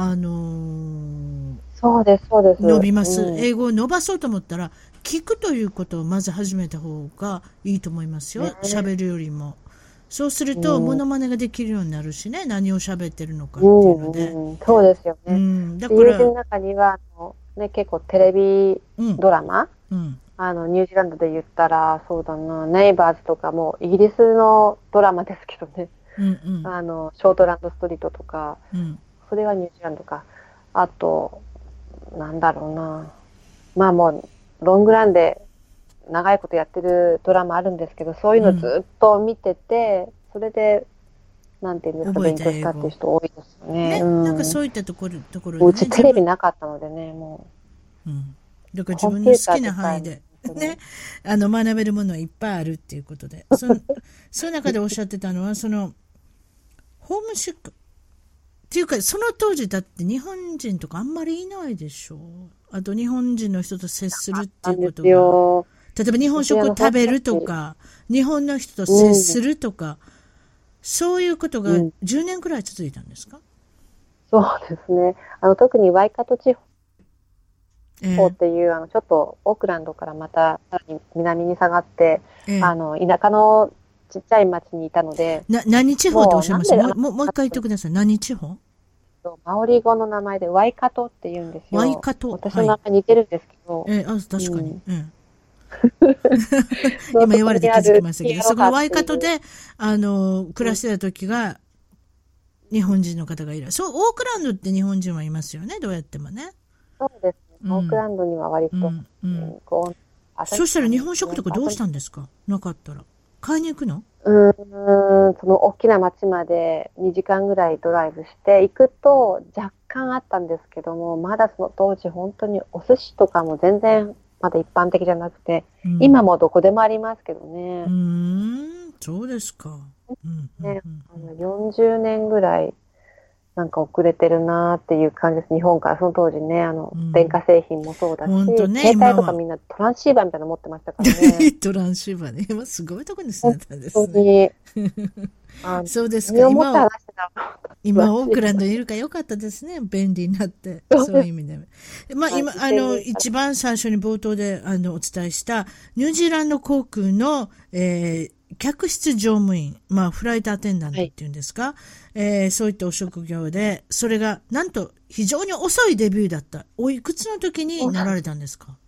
そうです。 伸びます。英語を伸ばそうと思ったら、聞くということをまず始めた方がいいと思いますよ。喋るよりも。そうすると、モノマネができるようになるしね、何を喋ってるのかっていうので。 そうですよね。だから、友人の中には、結構テレビドラマ、ニュージーランドで言ったら、そうだな、ネイバーズとかも、イギリスのドラマですけどね。ショートランドストリートとか、それはニュージーランドか。あと、なんだろうな。まあもう、ロングランで長いことやってるドラマあるんですけど、そういうのずっと見てて、それで、なんていうんですか、勉強したっていう人多いですよね。 なんかそういったところで、ね。 うちテレビなかったのでね、もう。 だから自分の好きな範囲で。ね、学べるものはいっぱいあるっていうことで。その中でおっしゃってたのは、ホームシック。っていうか、その当時だって日本人とかあんまりいないでしょ。あと日本人の人と接するっていうことが。例えば日本食を食べるとか、日本の人と接するとか、そういうことが10年くらい続いたんですか？ そうですね。特にワイカト地方っていう、ちょっとオークランドからまたさらに南に下がって、田舎のちっちゃい町にいたので。 何地方とおっしゃいます？もう一回言ってください。何地方？ マオリ語の名前でワイカトって言うんですよ。 ワイカト。 私の名前似てるんですけど。 確かに。今言われて気づきましたけど、そのワイカトで、暮らしてた時が、日本人の方がいる。そう、オークランドって日本人はいますよね、どうやってもね。 そうですね。 オークランドには割と、 そしたら日本食とかどうしたんですか？なかったら。買いに行くの？ その大きな町まで2時間ぐらいドライブして行くと若干あったんですけども、まだその当時本当にお寿司とかも全然まだ一般的じゃなくて、今もどこでもありますけどね。 そうですか。 40年ぐらいなんか遅れてるなっていう感じです。日本からその当時ね、電化製品もそうだし、携帯とかみんなトランシーバーみたいなの持ってましたからね。 トランシーバーね。今すごいとこに住んでたんです本当に。 そうですか。今オークランドにいるからよかったですね。便利になって。そういう意味で。今、一番最初に冒頭でお伝えしたニュージーランド航空の、客室乗務員、フライトアテンダントっていうんですか、そういったお職業で、それがなんと非常に遅いデビューだった。おいくつの時になられたんですか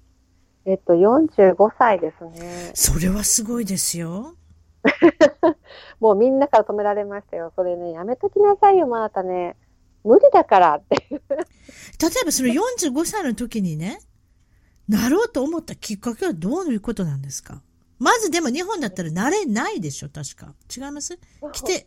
？45歳ですね。 それはすごいですよ。 もうみんなから止められましたよ。それね、やめときなさいよ、あなたね。無理だからって。例えばその45歳の時にね、なろうと思ったきっかけはどういうことなんですか？まずでも日本だったらなれないでしょ、確か。違います？規定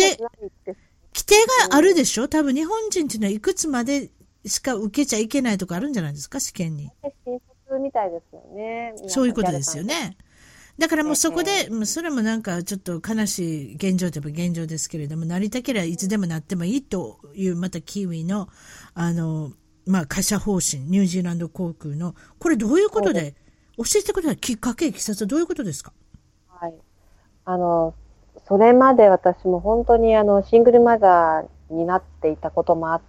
があるでしょ？多分日本人っていうのはいくつまでしか受けちゃいけないとかあるんじゃないですか、試験に。 新卒みたいですよね。 そういうことですよね。だからもうそこで、それもなんかちょっと悲しい現状といえば現状ですけれども、なりたければいつでもなってもいいという、またキウイの、会社方針、ニュージーランド航空の、これどういうことで、教えてください。きっかけ、いきさつはどういうことですか？ はい。それまで私も本当にシングルマザーになっていたこともあって、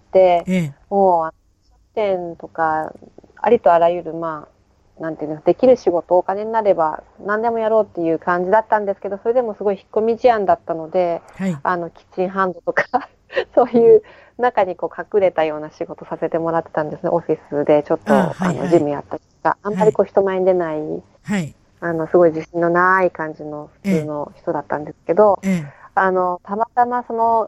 もう、書店とか、ありとあらゆる、なんていうの、できる仕事、お金になれば何でもやろうっていう感じだったんですけど、それでもすごい引っ込み思案だったので、キッチンハンドとか、そういう中に隠れたような仕事させてもらってたんですね。オフィスでちょっと、事務やったりとか、あんまり人前に出ない、すごい自信のない感じの普通の人だったんですけど、たまたまその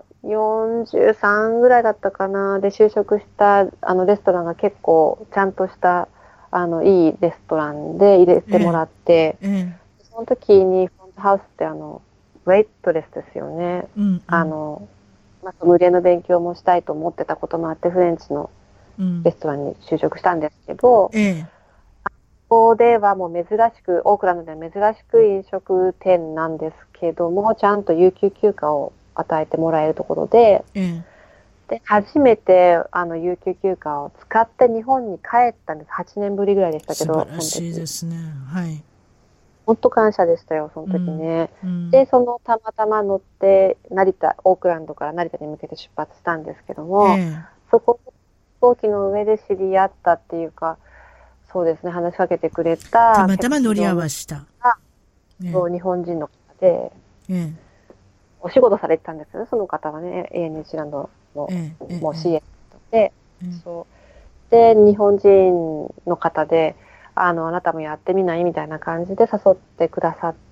43ぐらいだったかな、で就職したレストランが結構ちゃんとしたいいレストランで入れてもらって、その時にフロントハウスってウェイトレスですよね。ソムリエの勉強もしたいと思ってたこともあって、フレンチのレストランに就職したんですけど、ここではもう珍しく、オークランドでは珍しく飲食店なんですけども、ちゃんと有給休暇を与えてもらえるところで、で初めて有給休暇を使って日本に帰ったんです。8年ぶりぐらいでしたけど。 素晴らしいですね。はい。 本当感謝でしたよ、その時ね。で、たまたま乗ってオークランドから成田に向けて出発したんですけども、そこ、飛行機の上で知り合ったっていうか、そうですね、話しかけてくれた。 たまたま乗り合わせた。 日本人の方で、お仕事されてたんですよね、その方がね、ニュージーランドの、もう CA で、で、日本人の方で、あなたもやってみないみたいな感じで誘ってくださって。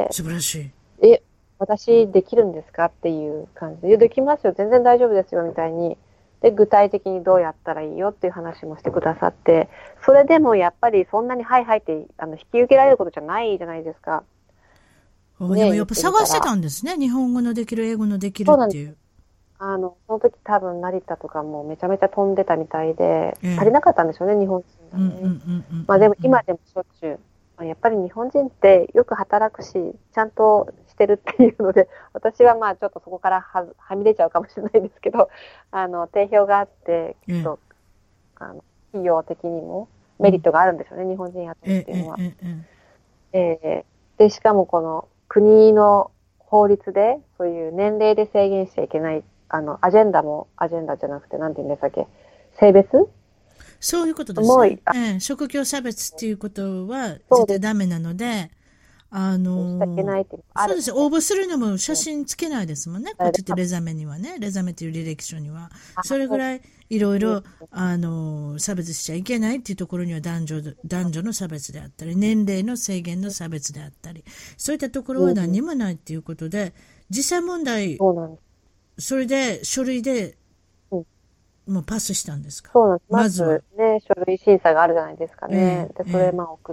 素晴らしい。 私できるんですかっていう感じで。できますよ、全然大丈夫ですよ、みたいに。で、具体的にどうやったらいいよっていう話もしてくださって、それでもやっぱりそんなにはいはいって引き受けられることじゃないじゃないですか。 でもやっぱ探してたんですね。日本語のできる、英語のできるっていう。 その時多分成田とかもめちゃめちゃ飛んでたみたいで、足りなかったんでしょうね、日本人がね。でも今でもしょっちゅう、やっぱり日本人ってよく働くし、ちゃんとしてるっていうので、私はちょっとそこからはみ出ちゃうかもしれないですけど、定評があって、きっと、企業的にもメリットがあるんでしょうね、日本人雇うっていうのは。で、しかもこの国の法律で、そういう年齢で制限しちゃいけない、アジェンダじゃなくて、なんて言うんでしたっけ、性別？ そういうことですね。職業差別っていうことは絶対ダメなので、そうです。応募するのも写真つけないですもんね。こっちってレザメにはね。レザメっていう履歴書には。それぐらいいろいろ、差別しちゃいけないっていうところには男女の差別であったり、年齢の制限の差別であったり、そういったところは何もないっていうことで、実際問題、それで書類でもうパスしたんですか？ そうなんです。ままずは。 ずね、書類審査があるじゃないですかね。で、それ送って、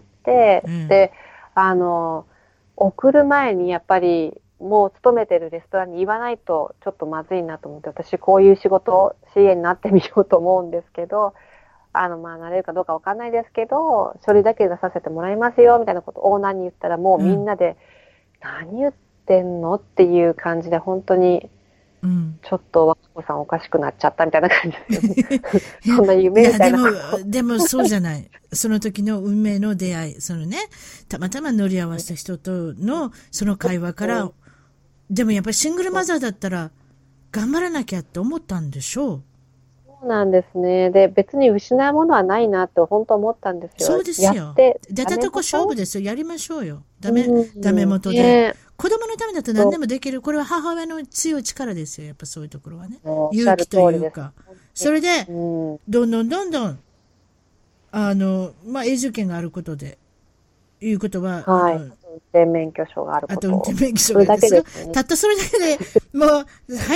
で、あの、送る前にやっぱり、もう勤めてるレストランに言わないとちょっとまずいなと思って、私こういう仕事、CA になってみようと思うんですけど、まあ、なれるかどうかわかんないですけど、書類だけ出させてもらいますよ、みたいなことをオーナーに言ったら、もうみんなで、何言ってんのっていう感じで、本当に、ちょっと若子さんおかしくなっちゃったみたいな感じですよね。そんな夢みたいな。 でもそうじゃない。その時の運命の出会い、そのね、たまたま乗り合わせた人とのその会話から、でもやっぱりシングルマザーだったら頑張らなきゃって思ったんでしょう。 そうなんですね。で、別に失うものはないなって本当思ったんですよ。 そうですよ。 やって。 出たとこ勝負ですよ。やりましょうよ。ダメ元で。子供のためだと何でもできる。これは母親の強い力ですよ。やっぱそういうところはね。勇気というか。それで、どんどん、まあ、永住権があることで、いうことは、 運転免許証があること。 あと運転免許証があるだけです。たったそれだけで、もう、はい、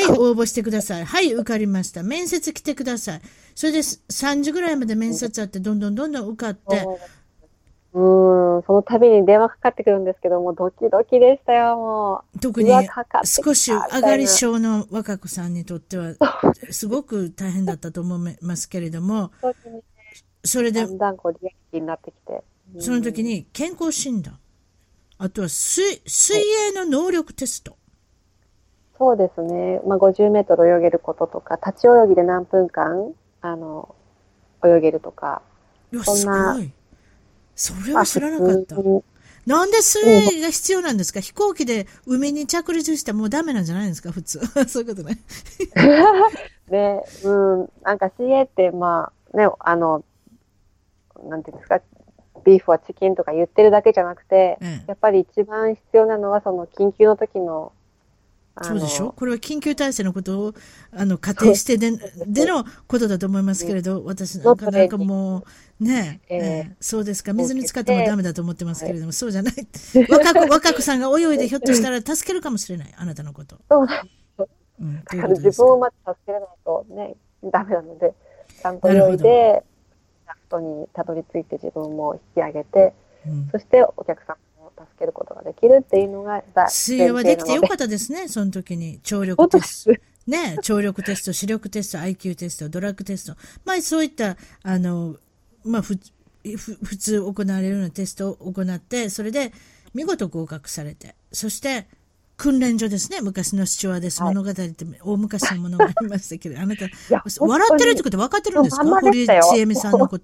応募してください。はい、受かりました。面接来てください。それで3時ぐらいまで面接あって、どんどん受かって。 その度に電話かかってくるんですけども、ドキドキでしたよ、もう。 特に、少し上がり症の若子さんにとっては、すごく大変だったと思いますけれども、それで、 だんだんこうリアリティになってきて。 その時に健康診断。あとは水泳の能力テスト。 そうですね。まあ、50メートル泳げることとか、立ち泳ぎで何分間、泳げるとか。 いや、すごい。それは知らなかった。なんで水泳が必要なんですか？飛行機で海に着陸したらもうダメなんじゃないんですか？普通。そういうことね。 ね、なんか水泳って、まあ、ね、なんていうんですか、ビーフはチキンとか言ってるだけじゃなくて、やっぱり一番必要なのはその緊急の時の、 そうでしょ？これは緊急体制のことを仮定してでのことだと思いますけれど、私なんかもうね、そうですか、水に浸かってもダメだと思ってますけれども、そうじゃない。若くさんが泳いでひょっとしたら助けるかもしれない、あなたのこと。 そうなんですよ。だから自分をまず助けられないとね、ダメなので、ちゃんと泳いで、ラストにたどり着いて自分も引き上げて、そしてお客さんを助けることができるっていうのが水泳はできてよかったですね、その時に。聴力テスト。ね、聴力テスト、視力テスト、IQ テスト、ドラッグテスト。まあそういった、まあ普通行われるようなテストを行って、それで見事合格されて、そして、訓練所ですね。昔のスチュワーデス物語って大昔のものがありましたけど、あなた、笑ってるってこと分かってるんですか？堀ちえみさんのこと。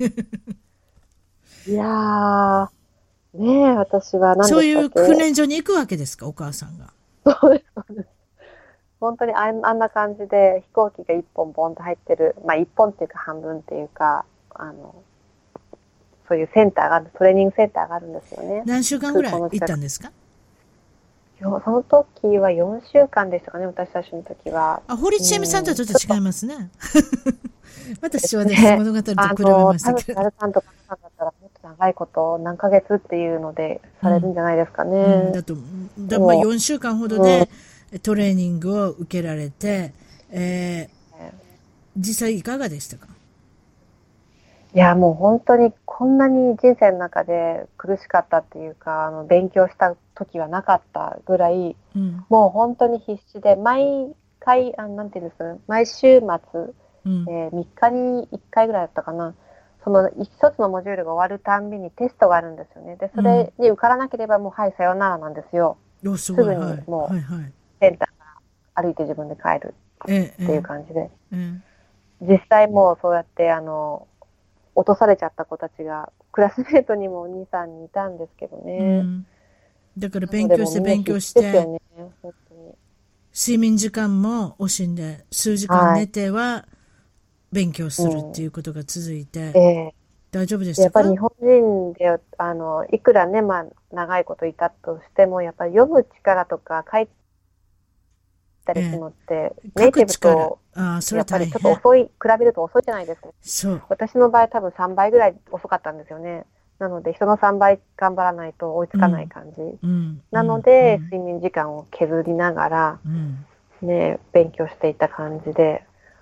いやー、ねえ、私は何でしたっけ？ そういう訓練所に行くわけですか、お母さんが。 そうです、そうです。本当にあんな感じで飛行機が一本ボンと入ってる、まあ一本っていうか半分っていうか、そういうセンターがある、トレーニングセンターがあるんですよね。 何週間ぐらい行ったんですか？ その時は4週間でしたかね、私たちの時は。 堀ちえみさんとはちょっと違いますね。私はです物語と比べましたけど。 タルさんとかさんだったらもっと長いこと何ヶ月っていうのでされるんじゃないですかね。 まあ4週間ほどでトレーニングを受けられて、実際いかがでしたか？ いや、もう本当にこんなに人生の中で苦しかったっていうか、勉強した時はなかったぐらい、もう本当に必死で、毎回、なんていうんですかね、毎週末、3日に1回ぐらいだったかな、その一つのモジュールが終わるたんびにテストがあるんですよね。で、それに受からなければもう、はい、さようならなんですよ。すぐにもう、センターから歩いて自分で帰るっていう感じで。実際もうそうやって、落とされちゃった子たちがクラスメートにも2、3人いたんですけどね。 だから勉強して、ね、睡眠時間も惜しんで、数時間寝ては勉強するっていうことが続いて、大丈夫でしたか？ やっぱり日本人で、いくらね、まあ、長いこといたとしても、やっぱり読む力とか書いたりするのって、ネイティブと、やっぱりちょっと遅い、比べると遅いじゃないですか。 そう。 私の場合多分3倍ぐらい遅かったんですよね。なので人の3倍頑張らないと追いつかない感じ。なので、睡眠時間を削りながら、ね、勉強していた感じで、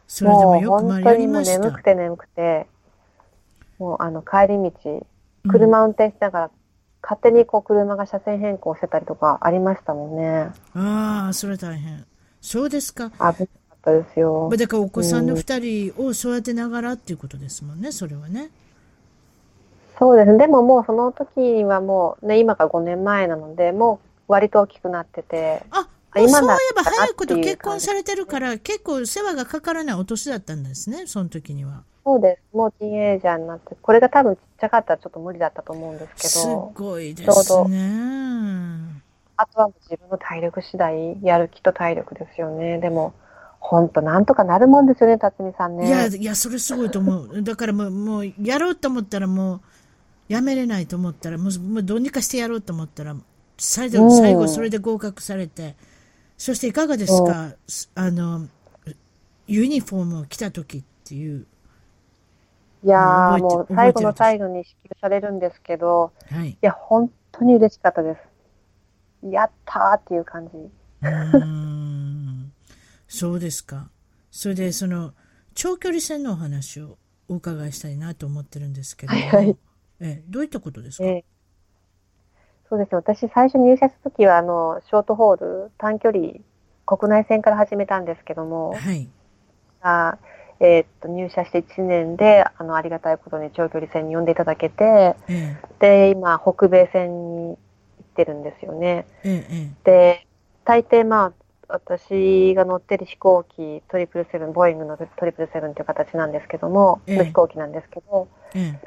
それでももうよく周りや本当にもうりました。 眠くて眠くて、もう帰り道、 うん。 車運転しながら、勝手にこう車が車線変更してたりとかありましたもんね。 ああ、それ大変。そうですか。 危なかったですまあ、 よ。 だからお子さんのうん。 二人を育てながらっていうことですもんね、それはね。 そうですね。でももうその時にはもうね、今が5年前なので、もう割と大きくなってて、 あ、もうそうい今なえばらかなっ早いことていう感じで結婚されてるすね。 から結構世話がかからないお年だったんですね、その時には。 そうです。もうティーンエイジャーになって、これが多分ちっちゃかったらちょっと無理だったと思うんですけすど、 ごいでちょうど、 すね。 あとはもう自分の体力次第、やる気と体力ですよね。でも、本当なんとかなるもんですよね、辰巳さんいや、 ね。 いや、それすごいと思う。だからもうやろうと思ったらもう、やめれないと思ったら、もうどうにかしてやろうと思ったら、 う最後それん。 で合格されて、そしていかがですそか、ユニフォームを着た時っていうう。いのをやー、もう覚え最後てるでしの最後に支給されるんですけど、 ょ。はい。 いや、本当に嬉しかったです。やったーっていう感じ。 うーん。そうですか。それで、長距離戦のお話をお伺いしたいなと思ってるんですけれはいはい。 ども、どういったことですか？ ええ、そうですね。私、最初入社した時は、ショートホール、短距離、国内線から始めたんですけども、 はい。 あ入社して1年で、ありがたいことに長距離戦に呼んでいただけて、 ええ、 で、今、北米線に行ってるんですよね。 ええ、えで、大抵まあ、私が乗ってる飛行機、トリプルセブン、ボーイングのトリプルセブンという形なんですけども、の飛え、 行機なんですけど、 ええ、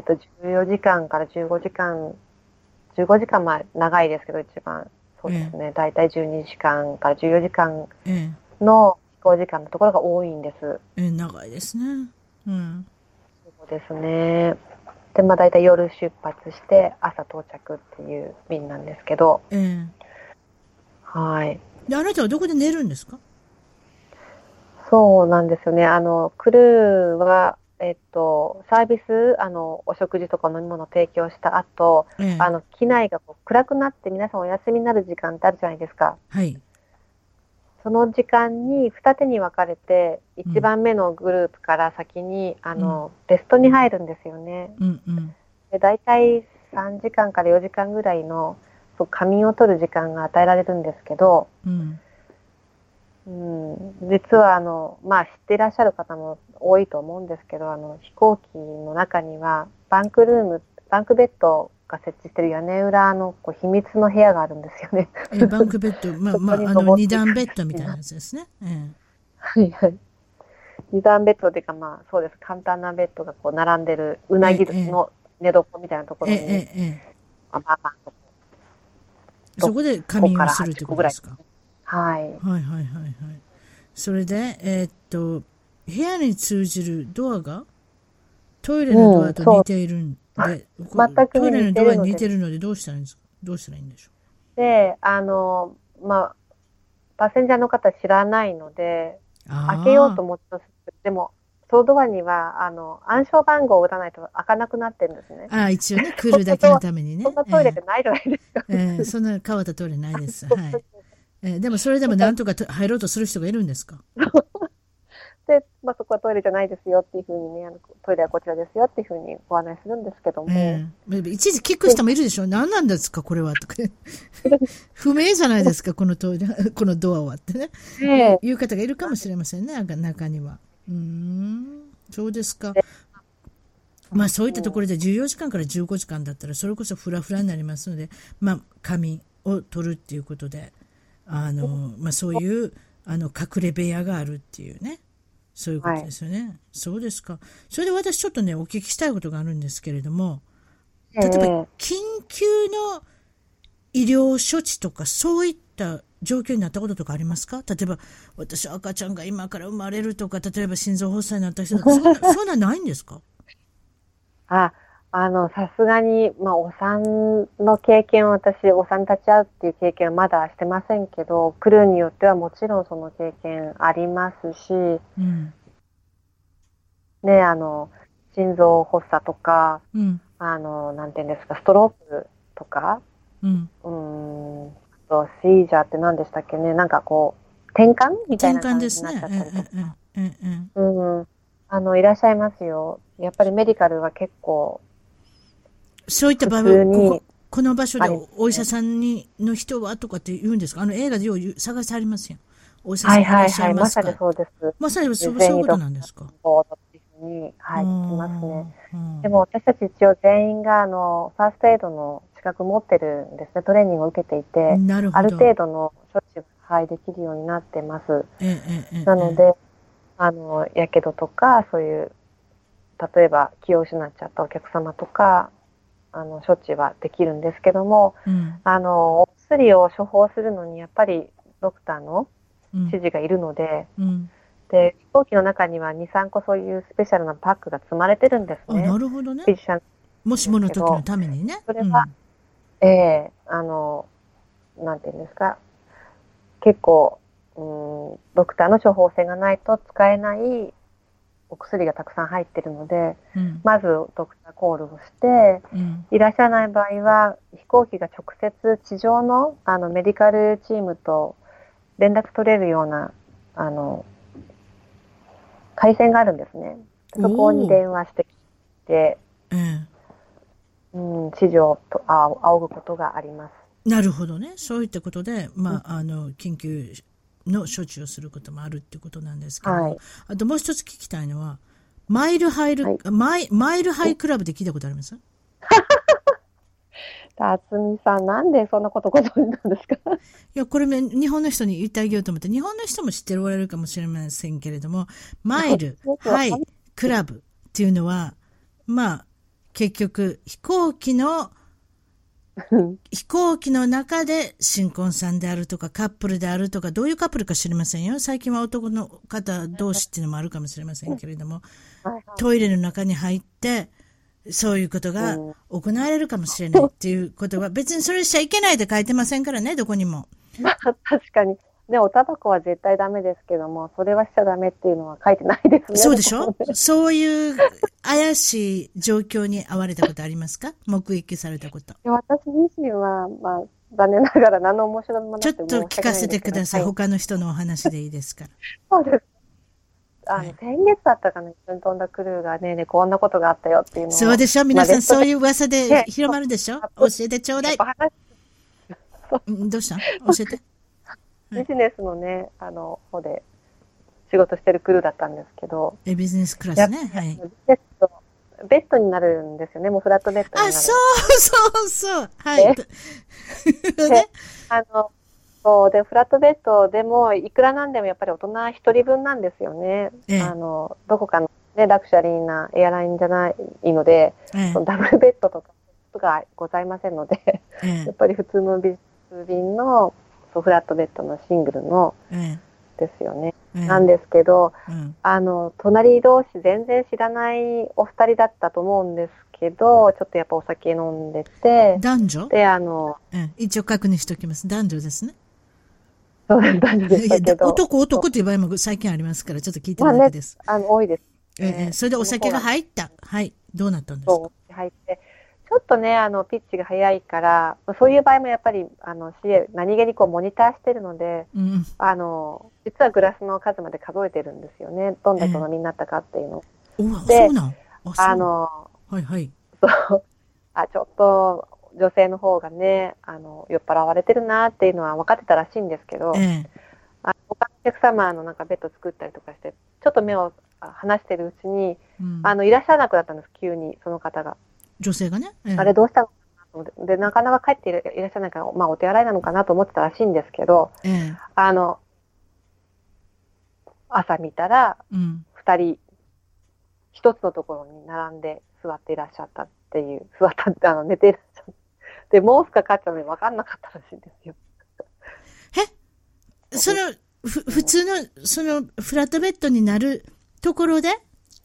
14時間かんから15時間、15時間まあ長いですけど、一番、そうええ、 ですね、大体12時間かんから14時間ええ、 の飛行時間のところが多いんです。 長いですね。うん。 そうですね。で、まあ大体夜出発して朝到着っていう便なんですけど、 ええ。 はい。 で、あなたはどこで寝るんですか？ そうなんですよね。クルーは、サービス、お食事とか飲み物を提供した後、 ええ、 機内がこう暗くなって皆さんお休みになる時間ってあるじゃないですか。 はい。 その時間に二手に分かれて、一うん、 番目のグループから先に、 うん、 レストに入るんですよね。 うん、うん、 で、大体3時間から4時間ぐらいの、そう、仮眠を取る時間が与えられるんですけど、 うん。 うん、実はまあ知っていらっしゃる方も多いと思うんですけど、飛行機の中にはバンクベッドが設置している屋根裏のこう秘密の部屋があるんですよね。 バンクベッド、 そこに登っていく二段ベッドみたいなみたいな。 やつですね。 はいはい。二段ベッドというかまあそうです。簡単なベッドがこう並んでるうなぎええ、 の寝床みたいなとこええ、 ろに、 ええ、ええ。 まあまあ6 そこで仮個から眠をするという 8個ぐらい。 ことですか？ はい。 はいはいはいはい。それで、部屋に通じるドアがトイレのドうん、 アと似そう。 ているんで、 全くトイね、似レのドアにてるので。 似てるのでどうしたらいいんですか？どうしたらいいんでしょで、まあ、パッセンジャーの方知らないので、 う？ 開けようあと思ってます。でも、そのドアには、暗証番号を打たないと開かなくなってるんですね。 あ、一応ね、来そんなドア、 るだけのためにね。 そんなトイレってないじゃないですか。 そんな変わったトイレないです。はい。でもそれでもだからなんとか入ろうとする人がいるんですか？ で、まあ、そこはトイレじゃないですよっていうふうにね、トイレはこちらですよっていうふうにご案内するんですけども、 一時聞くで、 人もいるでしょ？何なんですかこれはとか。不明じゃないですかこのトイレ、このドアはってね。 で、 いう方がいるかもしれませんね、中には。そうですか。 で、 まあそういったとこうん、 ろで14時間から15時間だったらそれこそフラフラになりますので、まあ仮眠を取るっていうことで、まあそういう隠れ部屋があるっていうね、そういうことではい。 すよね。そうですか。それで私ちょっとねお聞きしたいことがあるんですけれども、例えばええ、 緊急の医療処置とかそういった状況になったこととかありますか？例えば私赤ちゃんが今から生まれるとか、例えば心臓発作になった人とか、そんなないんですか？ あ、さすがに、まあ、お産の経験は私、お産に立ち会うっていう経験はまだしてませんけど、クルーによってはもちろんその経験ありますし、 うん、 ね、心臓発作とか、 うん、 なんていうんですか、ストロークとか、 うん。 あと、シージャーって何でしたっけね、なんかこう、転換みたい転な感じに換ですね。 なっちゃったりとか、 いらっしゃいますよ。やっぱりメディカルは結構、 そういった場合普通は、 にこの場所でありますねお医者さんの人はとかって言うんですか？映画でよう探してありますよ。お医者はいさんいらっしゃはいはい、まいますか？ さにそうです。 まさにそういうこと事前にドクなんですか？ ターのボードっていうふうに、はい、聞きますね。でも、 も私たち一応全員がファーストエイドの資格持ってるんですね。トレーニングを受けていて、あるなるほど。 程度の処置が、はい、できるようになってます。 えなので、やけどとか、そういう、例えば気を失っちゃったお客様とか、処置はできるんですけども、お薬を処方するのにやっぱりドクターの指示がいるので、で、飛行機の中には2、3個そういうスペシャルなパックが積まれてるんですね。 なるほどね。 フィジシャンもしもの時のためにね。 それは、なんていうんですか、結構、ドクターの処方箋がないと使えないお薬がたくさん入ってるので、まずドクターコールをして、いらっしゃらない場合は、飛行機が直接地上のメディカルチームと連絡取れるような、回線があるんですね。そこに電話してきて、指示を仰ぐことがあります。 なるほどね。そういったことで、緊急の処置をすることもあるってことなんですけども、あともう一つ聞きたいのは、マイルハイクラブで聞いたことあります？ 辰巳さん、なんでそんなことご存知なんですか？ いや、これ日本の人に言ってあげようと思って、日本の人も知っておられるかもしれませんけれども、マイルハイクラブっていうのは、結局飛行機の中で新婚さんであるとかカップルであるとか、どういうカップルか知りませんよ。最近は男の方同士っていうのもあるかもしれませんけれども、トイレの中に入ってそういうことが行われるかもしれないっていうことは、別にそれしちゃいけないって書いてませんからね、どこにも。 確かにね、おタバコは絶対ダメですけども、それはしちゃダメっていうのは書いてないですね。 そうでしょ？そういう怪しい状況に遭われたことありますか？目撃されたこと。 私自身は、残念ながら何の面白みもなくて、 ちょっと聞かせてください。他の人のお話でいいですから。 そうです。先月だったかな、一緒に飛んだクルーがね、こんなことがあったよっていうのを。 そうでしょ？皆さんそういう噂で広まるでしょ？教えてちょうだい。どうした？教えて。 ビジネスのね、方で仕事してるクルーだったんですけど。 ビジネスクラスね。はい。 ベッドになるんですよね。もうフラットベッドになる。 そう。はい。 そうで、フラットベッドでも、いくらなんでもやっぱり大人一人分なんですよね。どこかのね、ラクシャリーなエアラインじゃないので、ダブルベッドとかがございませんので、やっぱり普通のビジネス便のフラットベッドのシングルの、ですよね。なんですけど、隣同士全然知らないお二人だったと思うんですけど、ちょっとやっぱお酒飲んでて。 男女で、 一応確認しておきます。男女ですね。 そうです、男女でしたけど。 男っていう場合も最近ありますから、ちょっと聞いてるだけです。 多いです。 それでお酒が入った。はい。どうなったんですか？ 入って。ちょっとね、ピッチが早いから、そういう場合もやっぱり、CA、何気にモニターしてるので、実はグラスの数まで数えてるんですよね。どんだけお飲みになったかっていうの。 で、そうなんはいはい。 そう。ちょっと、女性の方がね、酔っ払われてるなっていうのは分かってたらしいんですけど、他のお客様のなんかベッド作ったりとかして、ちょっと目を離してるうちに、いらっしゃらなくなったんです、急に、その方が。 女性がね。 あれどうしたのかなと思って。で、なかなか帰っていらっしゃらないから、お手洗いなのかなと思ってたらしいんですけど、朝見たら、二人、一つのところに並んで座っていらっしゃったっていう、寝ていらっしゃった。で、毛布かかっちゃうのに分かんなかったらしいんですよ。 普通の、フラットベッドになるところで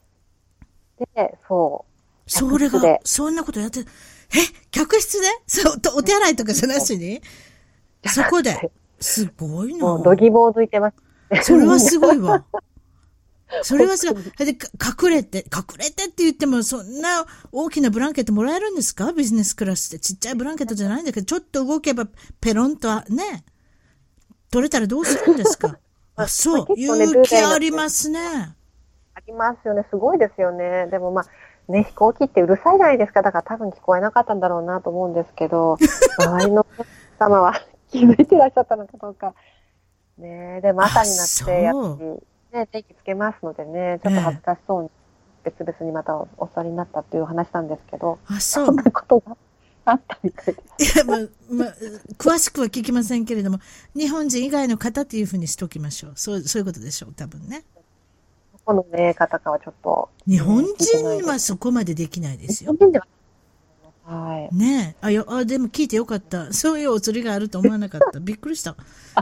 そう。 それが、そんなことやって、客室でお手洗いとかじゃなしにそこで。すごいな。 もう、度肝を抜いてます。 それはすごいわ。それはすごい。で、隠れてって言っても、そんな大きなブランケットもらえるんですか？ビジネスクラスってちっちゃいブランケットじゃないんだけど、ちょっと動けばペロンとね、取れたらどうするんですか？ あ、そう。 結構ね、 勇気ありますね。 ありますよね。すごいですよね。でもね、飛行機ってうるさいじゃないですか。だから多分聞こえなかったんだろうなと思うんですけど、周りの様は気づいてらっしゃったのかどうか。ね、でも朝になって、やっぱり、ね、電気つけますのでね、ちょっと恥ずかしそうに、別々にまたお座りになったっていう話なんですけど、そんなことがあったみたいです。 いや、詳しくは聞きませんけれども、日本人以外の方っていうふうにしておきましょう。そういうことでしょう、多分ね。 どこのね、方かはちょっと、 日本人はそこまでできないですよ。 日本人でははい。 ねえ。でも聞いてよかった。そういうお釣りがあると思わなかった。びっくりした。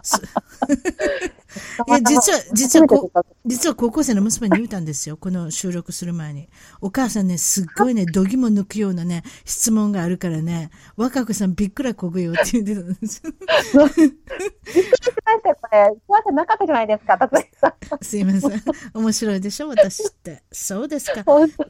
いや、実は高校生の娘に言ったんですよ。この収録する前に。お母さんね、すっごいね、度肝抜くようなね、質問があるからね、若子さんびっくらこぐよって言ってたんですよ。 びっくりしましたよ、これ。怖くなかったじゃないですか、達也さん。 すいません。面白いでしょ、私って。そうですか。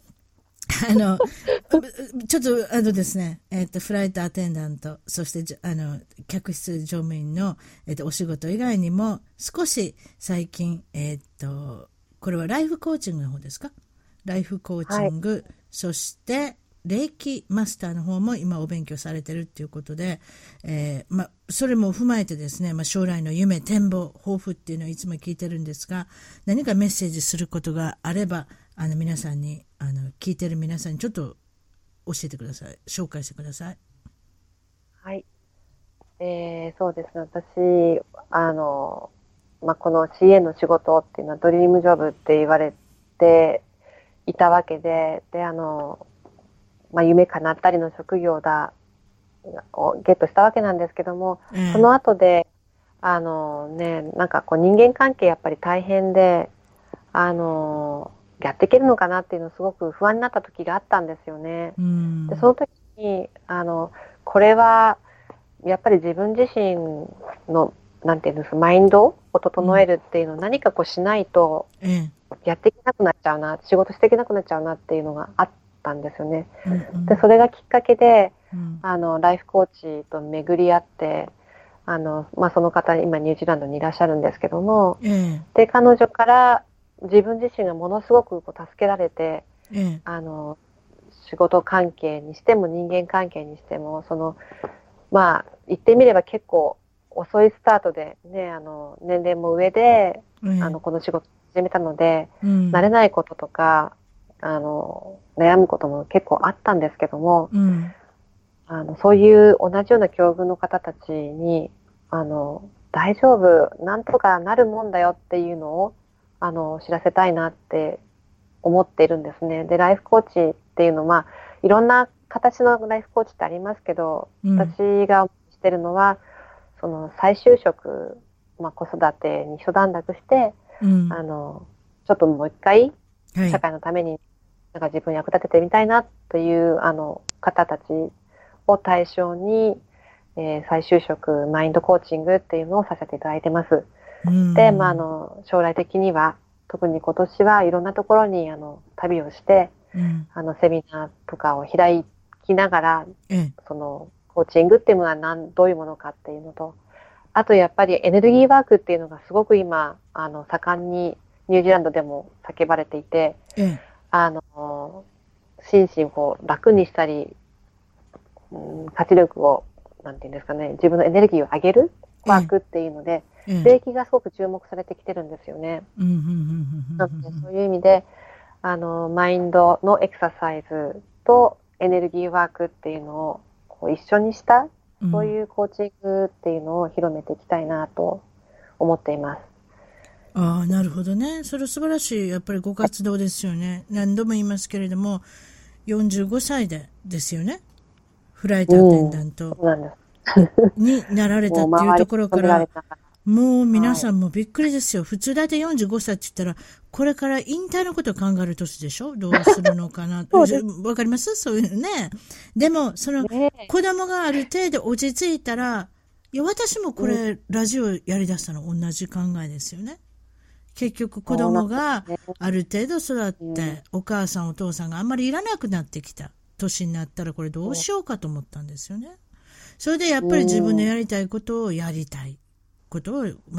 ちょっと、ですね、フライトアテンダント、そして、客室乗務員の、お仕事以外にも、少し最近、これはライフコーチングの方ですか？ライフコーチング、はい、そして、霊気マスターの方も今お勉強されてるっていうことで、それも踏まえてですね、将来の夢、展望、抱負っていうのをいつも聞いてるんですが、何かメッセージすることがあれば、皆さんに、聞いてる皆さんにちょっと教えてください。紹介してください。 はい。そうですね。私、この CA の仕事っていうのはドリームジョブって言われていたわけで、夢叶ったりの職業をゲットしたわけなんですけども、その後で、なんかこう人間関係やっぱり大変で、やっていけるのかなっていうのすごく不安になった時があったんですよね。で、その時に、これは、やっぱり自分自身の、なんていうんですか、マインドを整えるっていうのを何かこうしないと、やっていけなくなっちゃうな、仕事していけなくなっちゃうなっていうのがあったんですよね。で、それがきっかけで、ライフコーチと巡り合って、その方、今ニュージーランドにいらっしゃるんですけども、で、彼女から、自分自身がものすごくこう助けられて、仕事関係にしても人間関係にしても、言ってみれば結構遅いスタートでね、年齢も上で、この仕事を始めたので、慣れないこととか、悩むことも結構あったんですけども、そういう同じような境遇の方たちに、大丈夫、なんとかなるもんだよっていうのを、知らせたいなって思っているんですね。で、ライフコーチっていうのは、いろんな形のライフコーチってありますけど、私がしてるのは、その再就職、子育てに一段落して、ちょっともう一回、社会のために、なんか自分を役立ててみたいなという方たちを対象に、再就職マインドコーチングっていうのをさせていただいてます。で、将来的には、特に今年はいろんなところに旅をして、セミナーとかを開きながら、そのコーチングっていうものはどういうものかっていうのと、あとやっぱりエネルギーワークっていうのがすごく今、盛んにニュージーランドでも叫ばれていて、心身を楽にしたり、活力を、なんていうんですかね、自分のエネルギーを上げるワークっていうので、霊気がすごく注目されてきてるんですよね。なのでそういう意味で、マインドのエクササイズとエネルギーワークっていうのをこう一緒にした、そういうコーチングっていうのを広めていきたいなと思っています。 ああ、なるほどね。それ素晴らしい、やっぱりご活動ですよね。何度も言いますけれども、45歳ですよね。フライトアテンダントになられたっていうところから、もう皆さんもびっくりですよ。普通だいたい45歳って言ったら、これから引退のことを考える年でしょ？どうするのかなわかります？そういうね。でも、子供がある程度落ち着いたら、いや、私もこれ、ラジオやり出したの同じ考えですよね。結局子供がある程度育って、お母さんお父さんがあんまりいらなくなってきた年になったら、これどうしようかと思ったんですよね。それでやっぱり自分のやりたいことをやりたいことをまた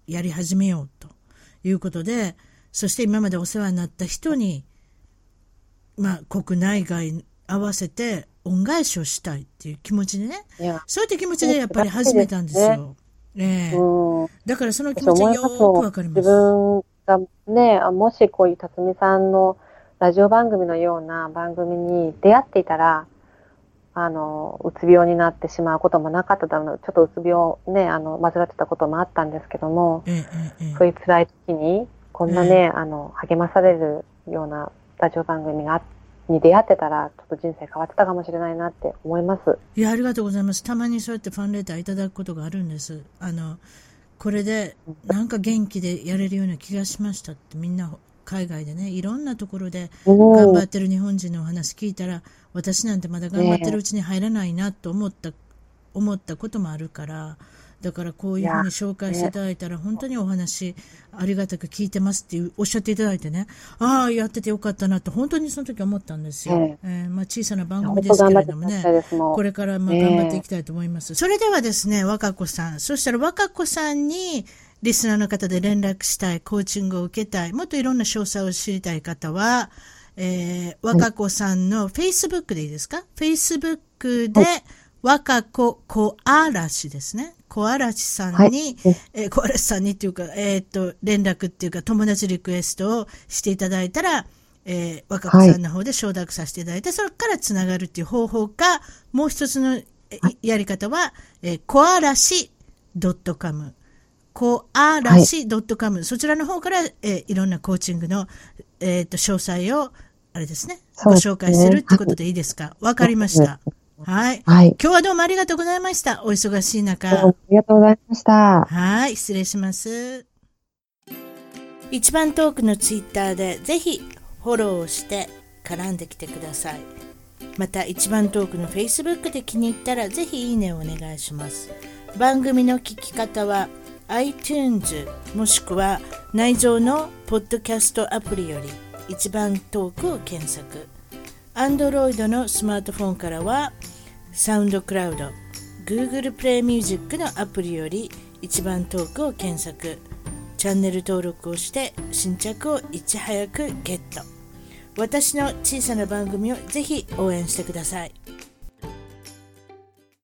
やり始めようということで、そして今までお世話になった人に、国内外合わせて恩返しをしたいっていう気持ちでね、そういった気持ちでやっぱり始めたんですよ。だからその気持ちはよくわかります。 自分がね、もしこういう辰巳さんのラジオ番組のような番組に出会っていたら、うつ病になってしまうこともなかっただろうな。ちょっとうつ病ね、患ってたこともあったんですけども、そういう辛い時に、こんなね、励まされるようなラジオ番組に出会ってたら、ちょっと人生変わってたかもしれないなって思います。 いや、ありがとうございます。たまにそうやってファンレターいただくことがあるんです。これでなんか元気でやれるような気がしましたって、みんな海外でね、いろんなところで頑張ってる日本人のお話聞いたら、私なんてまだ頑張ってるうちに入らないなと思ったこともあるから、だからこういうふうに紹介していただいたら、本当にお話ありがたく聞いてますっておっしゃっていただいてね、やっててよかったなと本当にその時思ったんですよ。小さな番組ですけれどもね、これから頑張っていきたいと思います。それではですね、和歌子さん、そしたら和歌子さんにリスナーの方で連絡したい、コーチングを受けたい、もっといろんな詳細を知りたい方は、和歌子さんの Facebook でいいですか？ Facebook で和歌子小嵐ですね。小嵐さんに、小嵐さんにっていうか、連絡っていうか友達リクエストをしていただいたら、和歌子さんの方で承諾させていただいて、それからつながるっていう方法か、もう一つのやり方は、小嵐 .com。小嵐 .com、そちらの方から、いろんなコーチングの、詳細を、あれですね、ご紹介するってことでいいですか？わかりました。はい。今日はどうもありがとうございました。お忙しい中。 ありがとうございました。 はい、失礼します。一番トークのツイッターでぜひフォローをして絡んできてください。また一番トークの Facebook で気に入ったらぜひいいねをお願いします。番組の聞き方はiTunes もしくは内蔵のポッドキャストアプリより一番トークを検索。Android のスマートフォンからはサウンドクラウド、Google プレイミュージックのアプリより一番トークを検索。チャンネル登録をして新着をいち早くゲット。私の小さな番組をぜひ応援してください。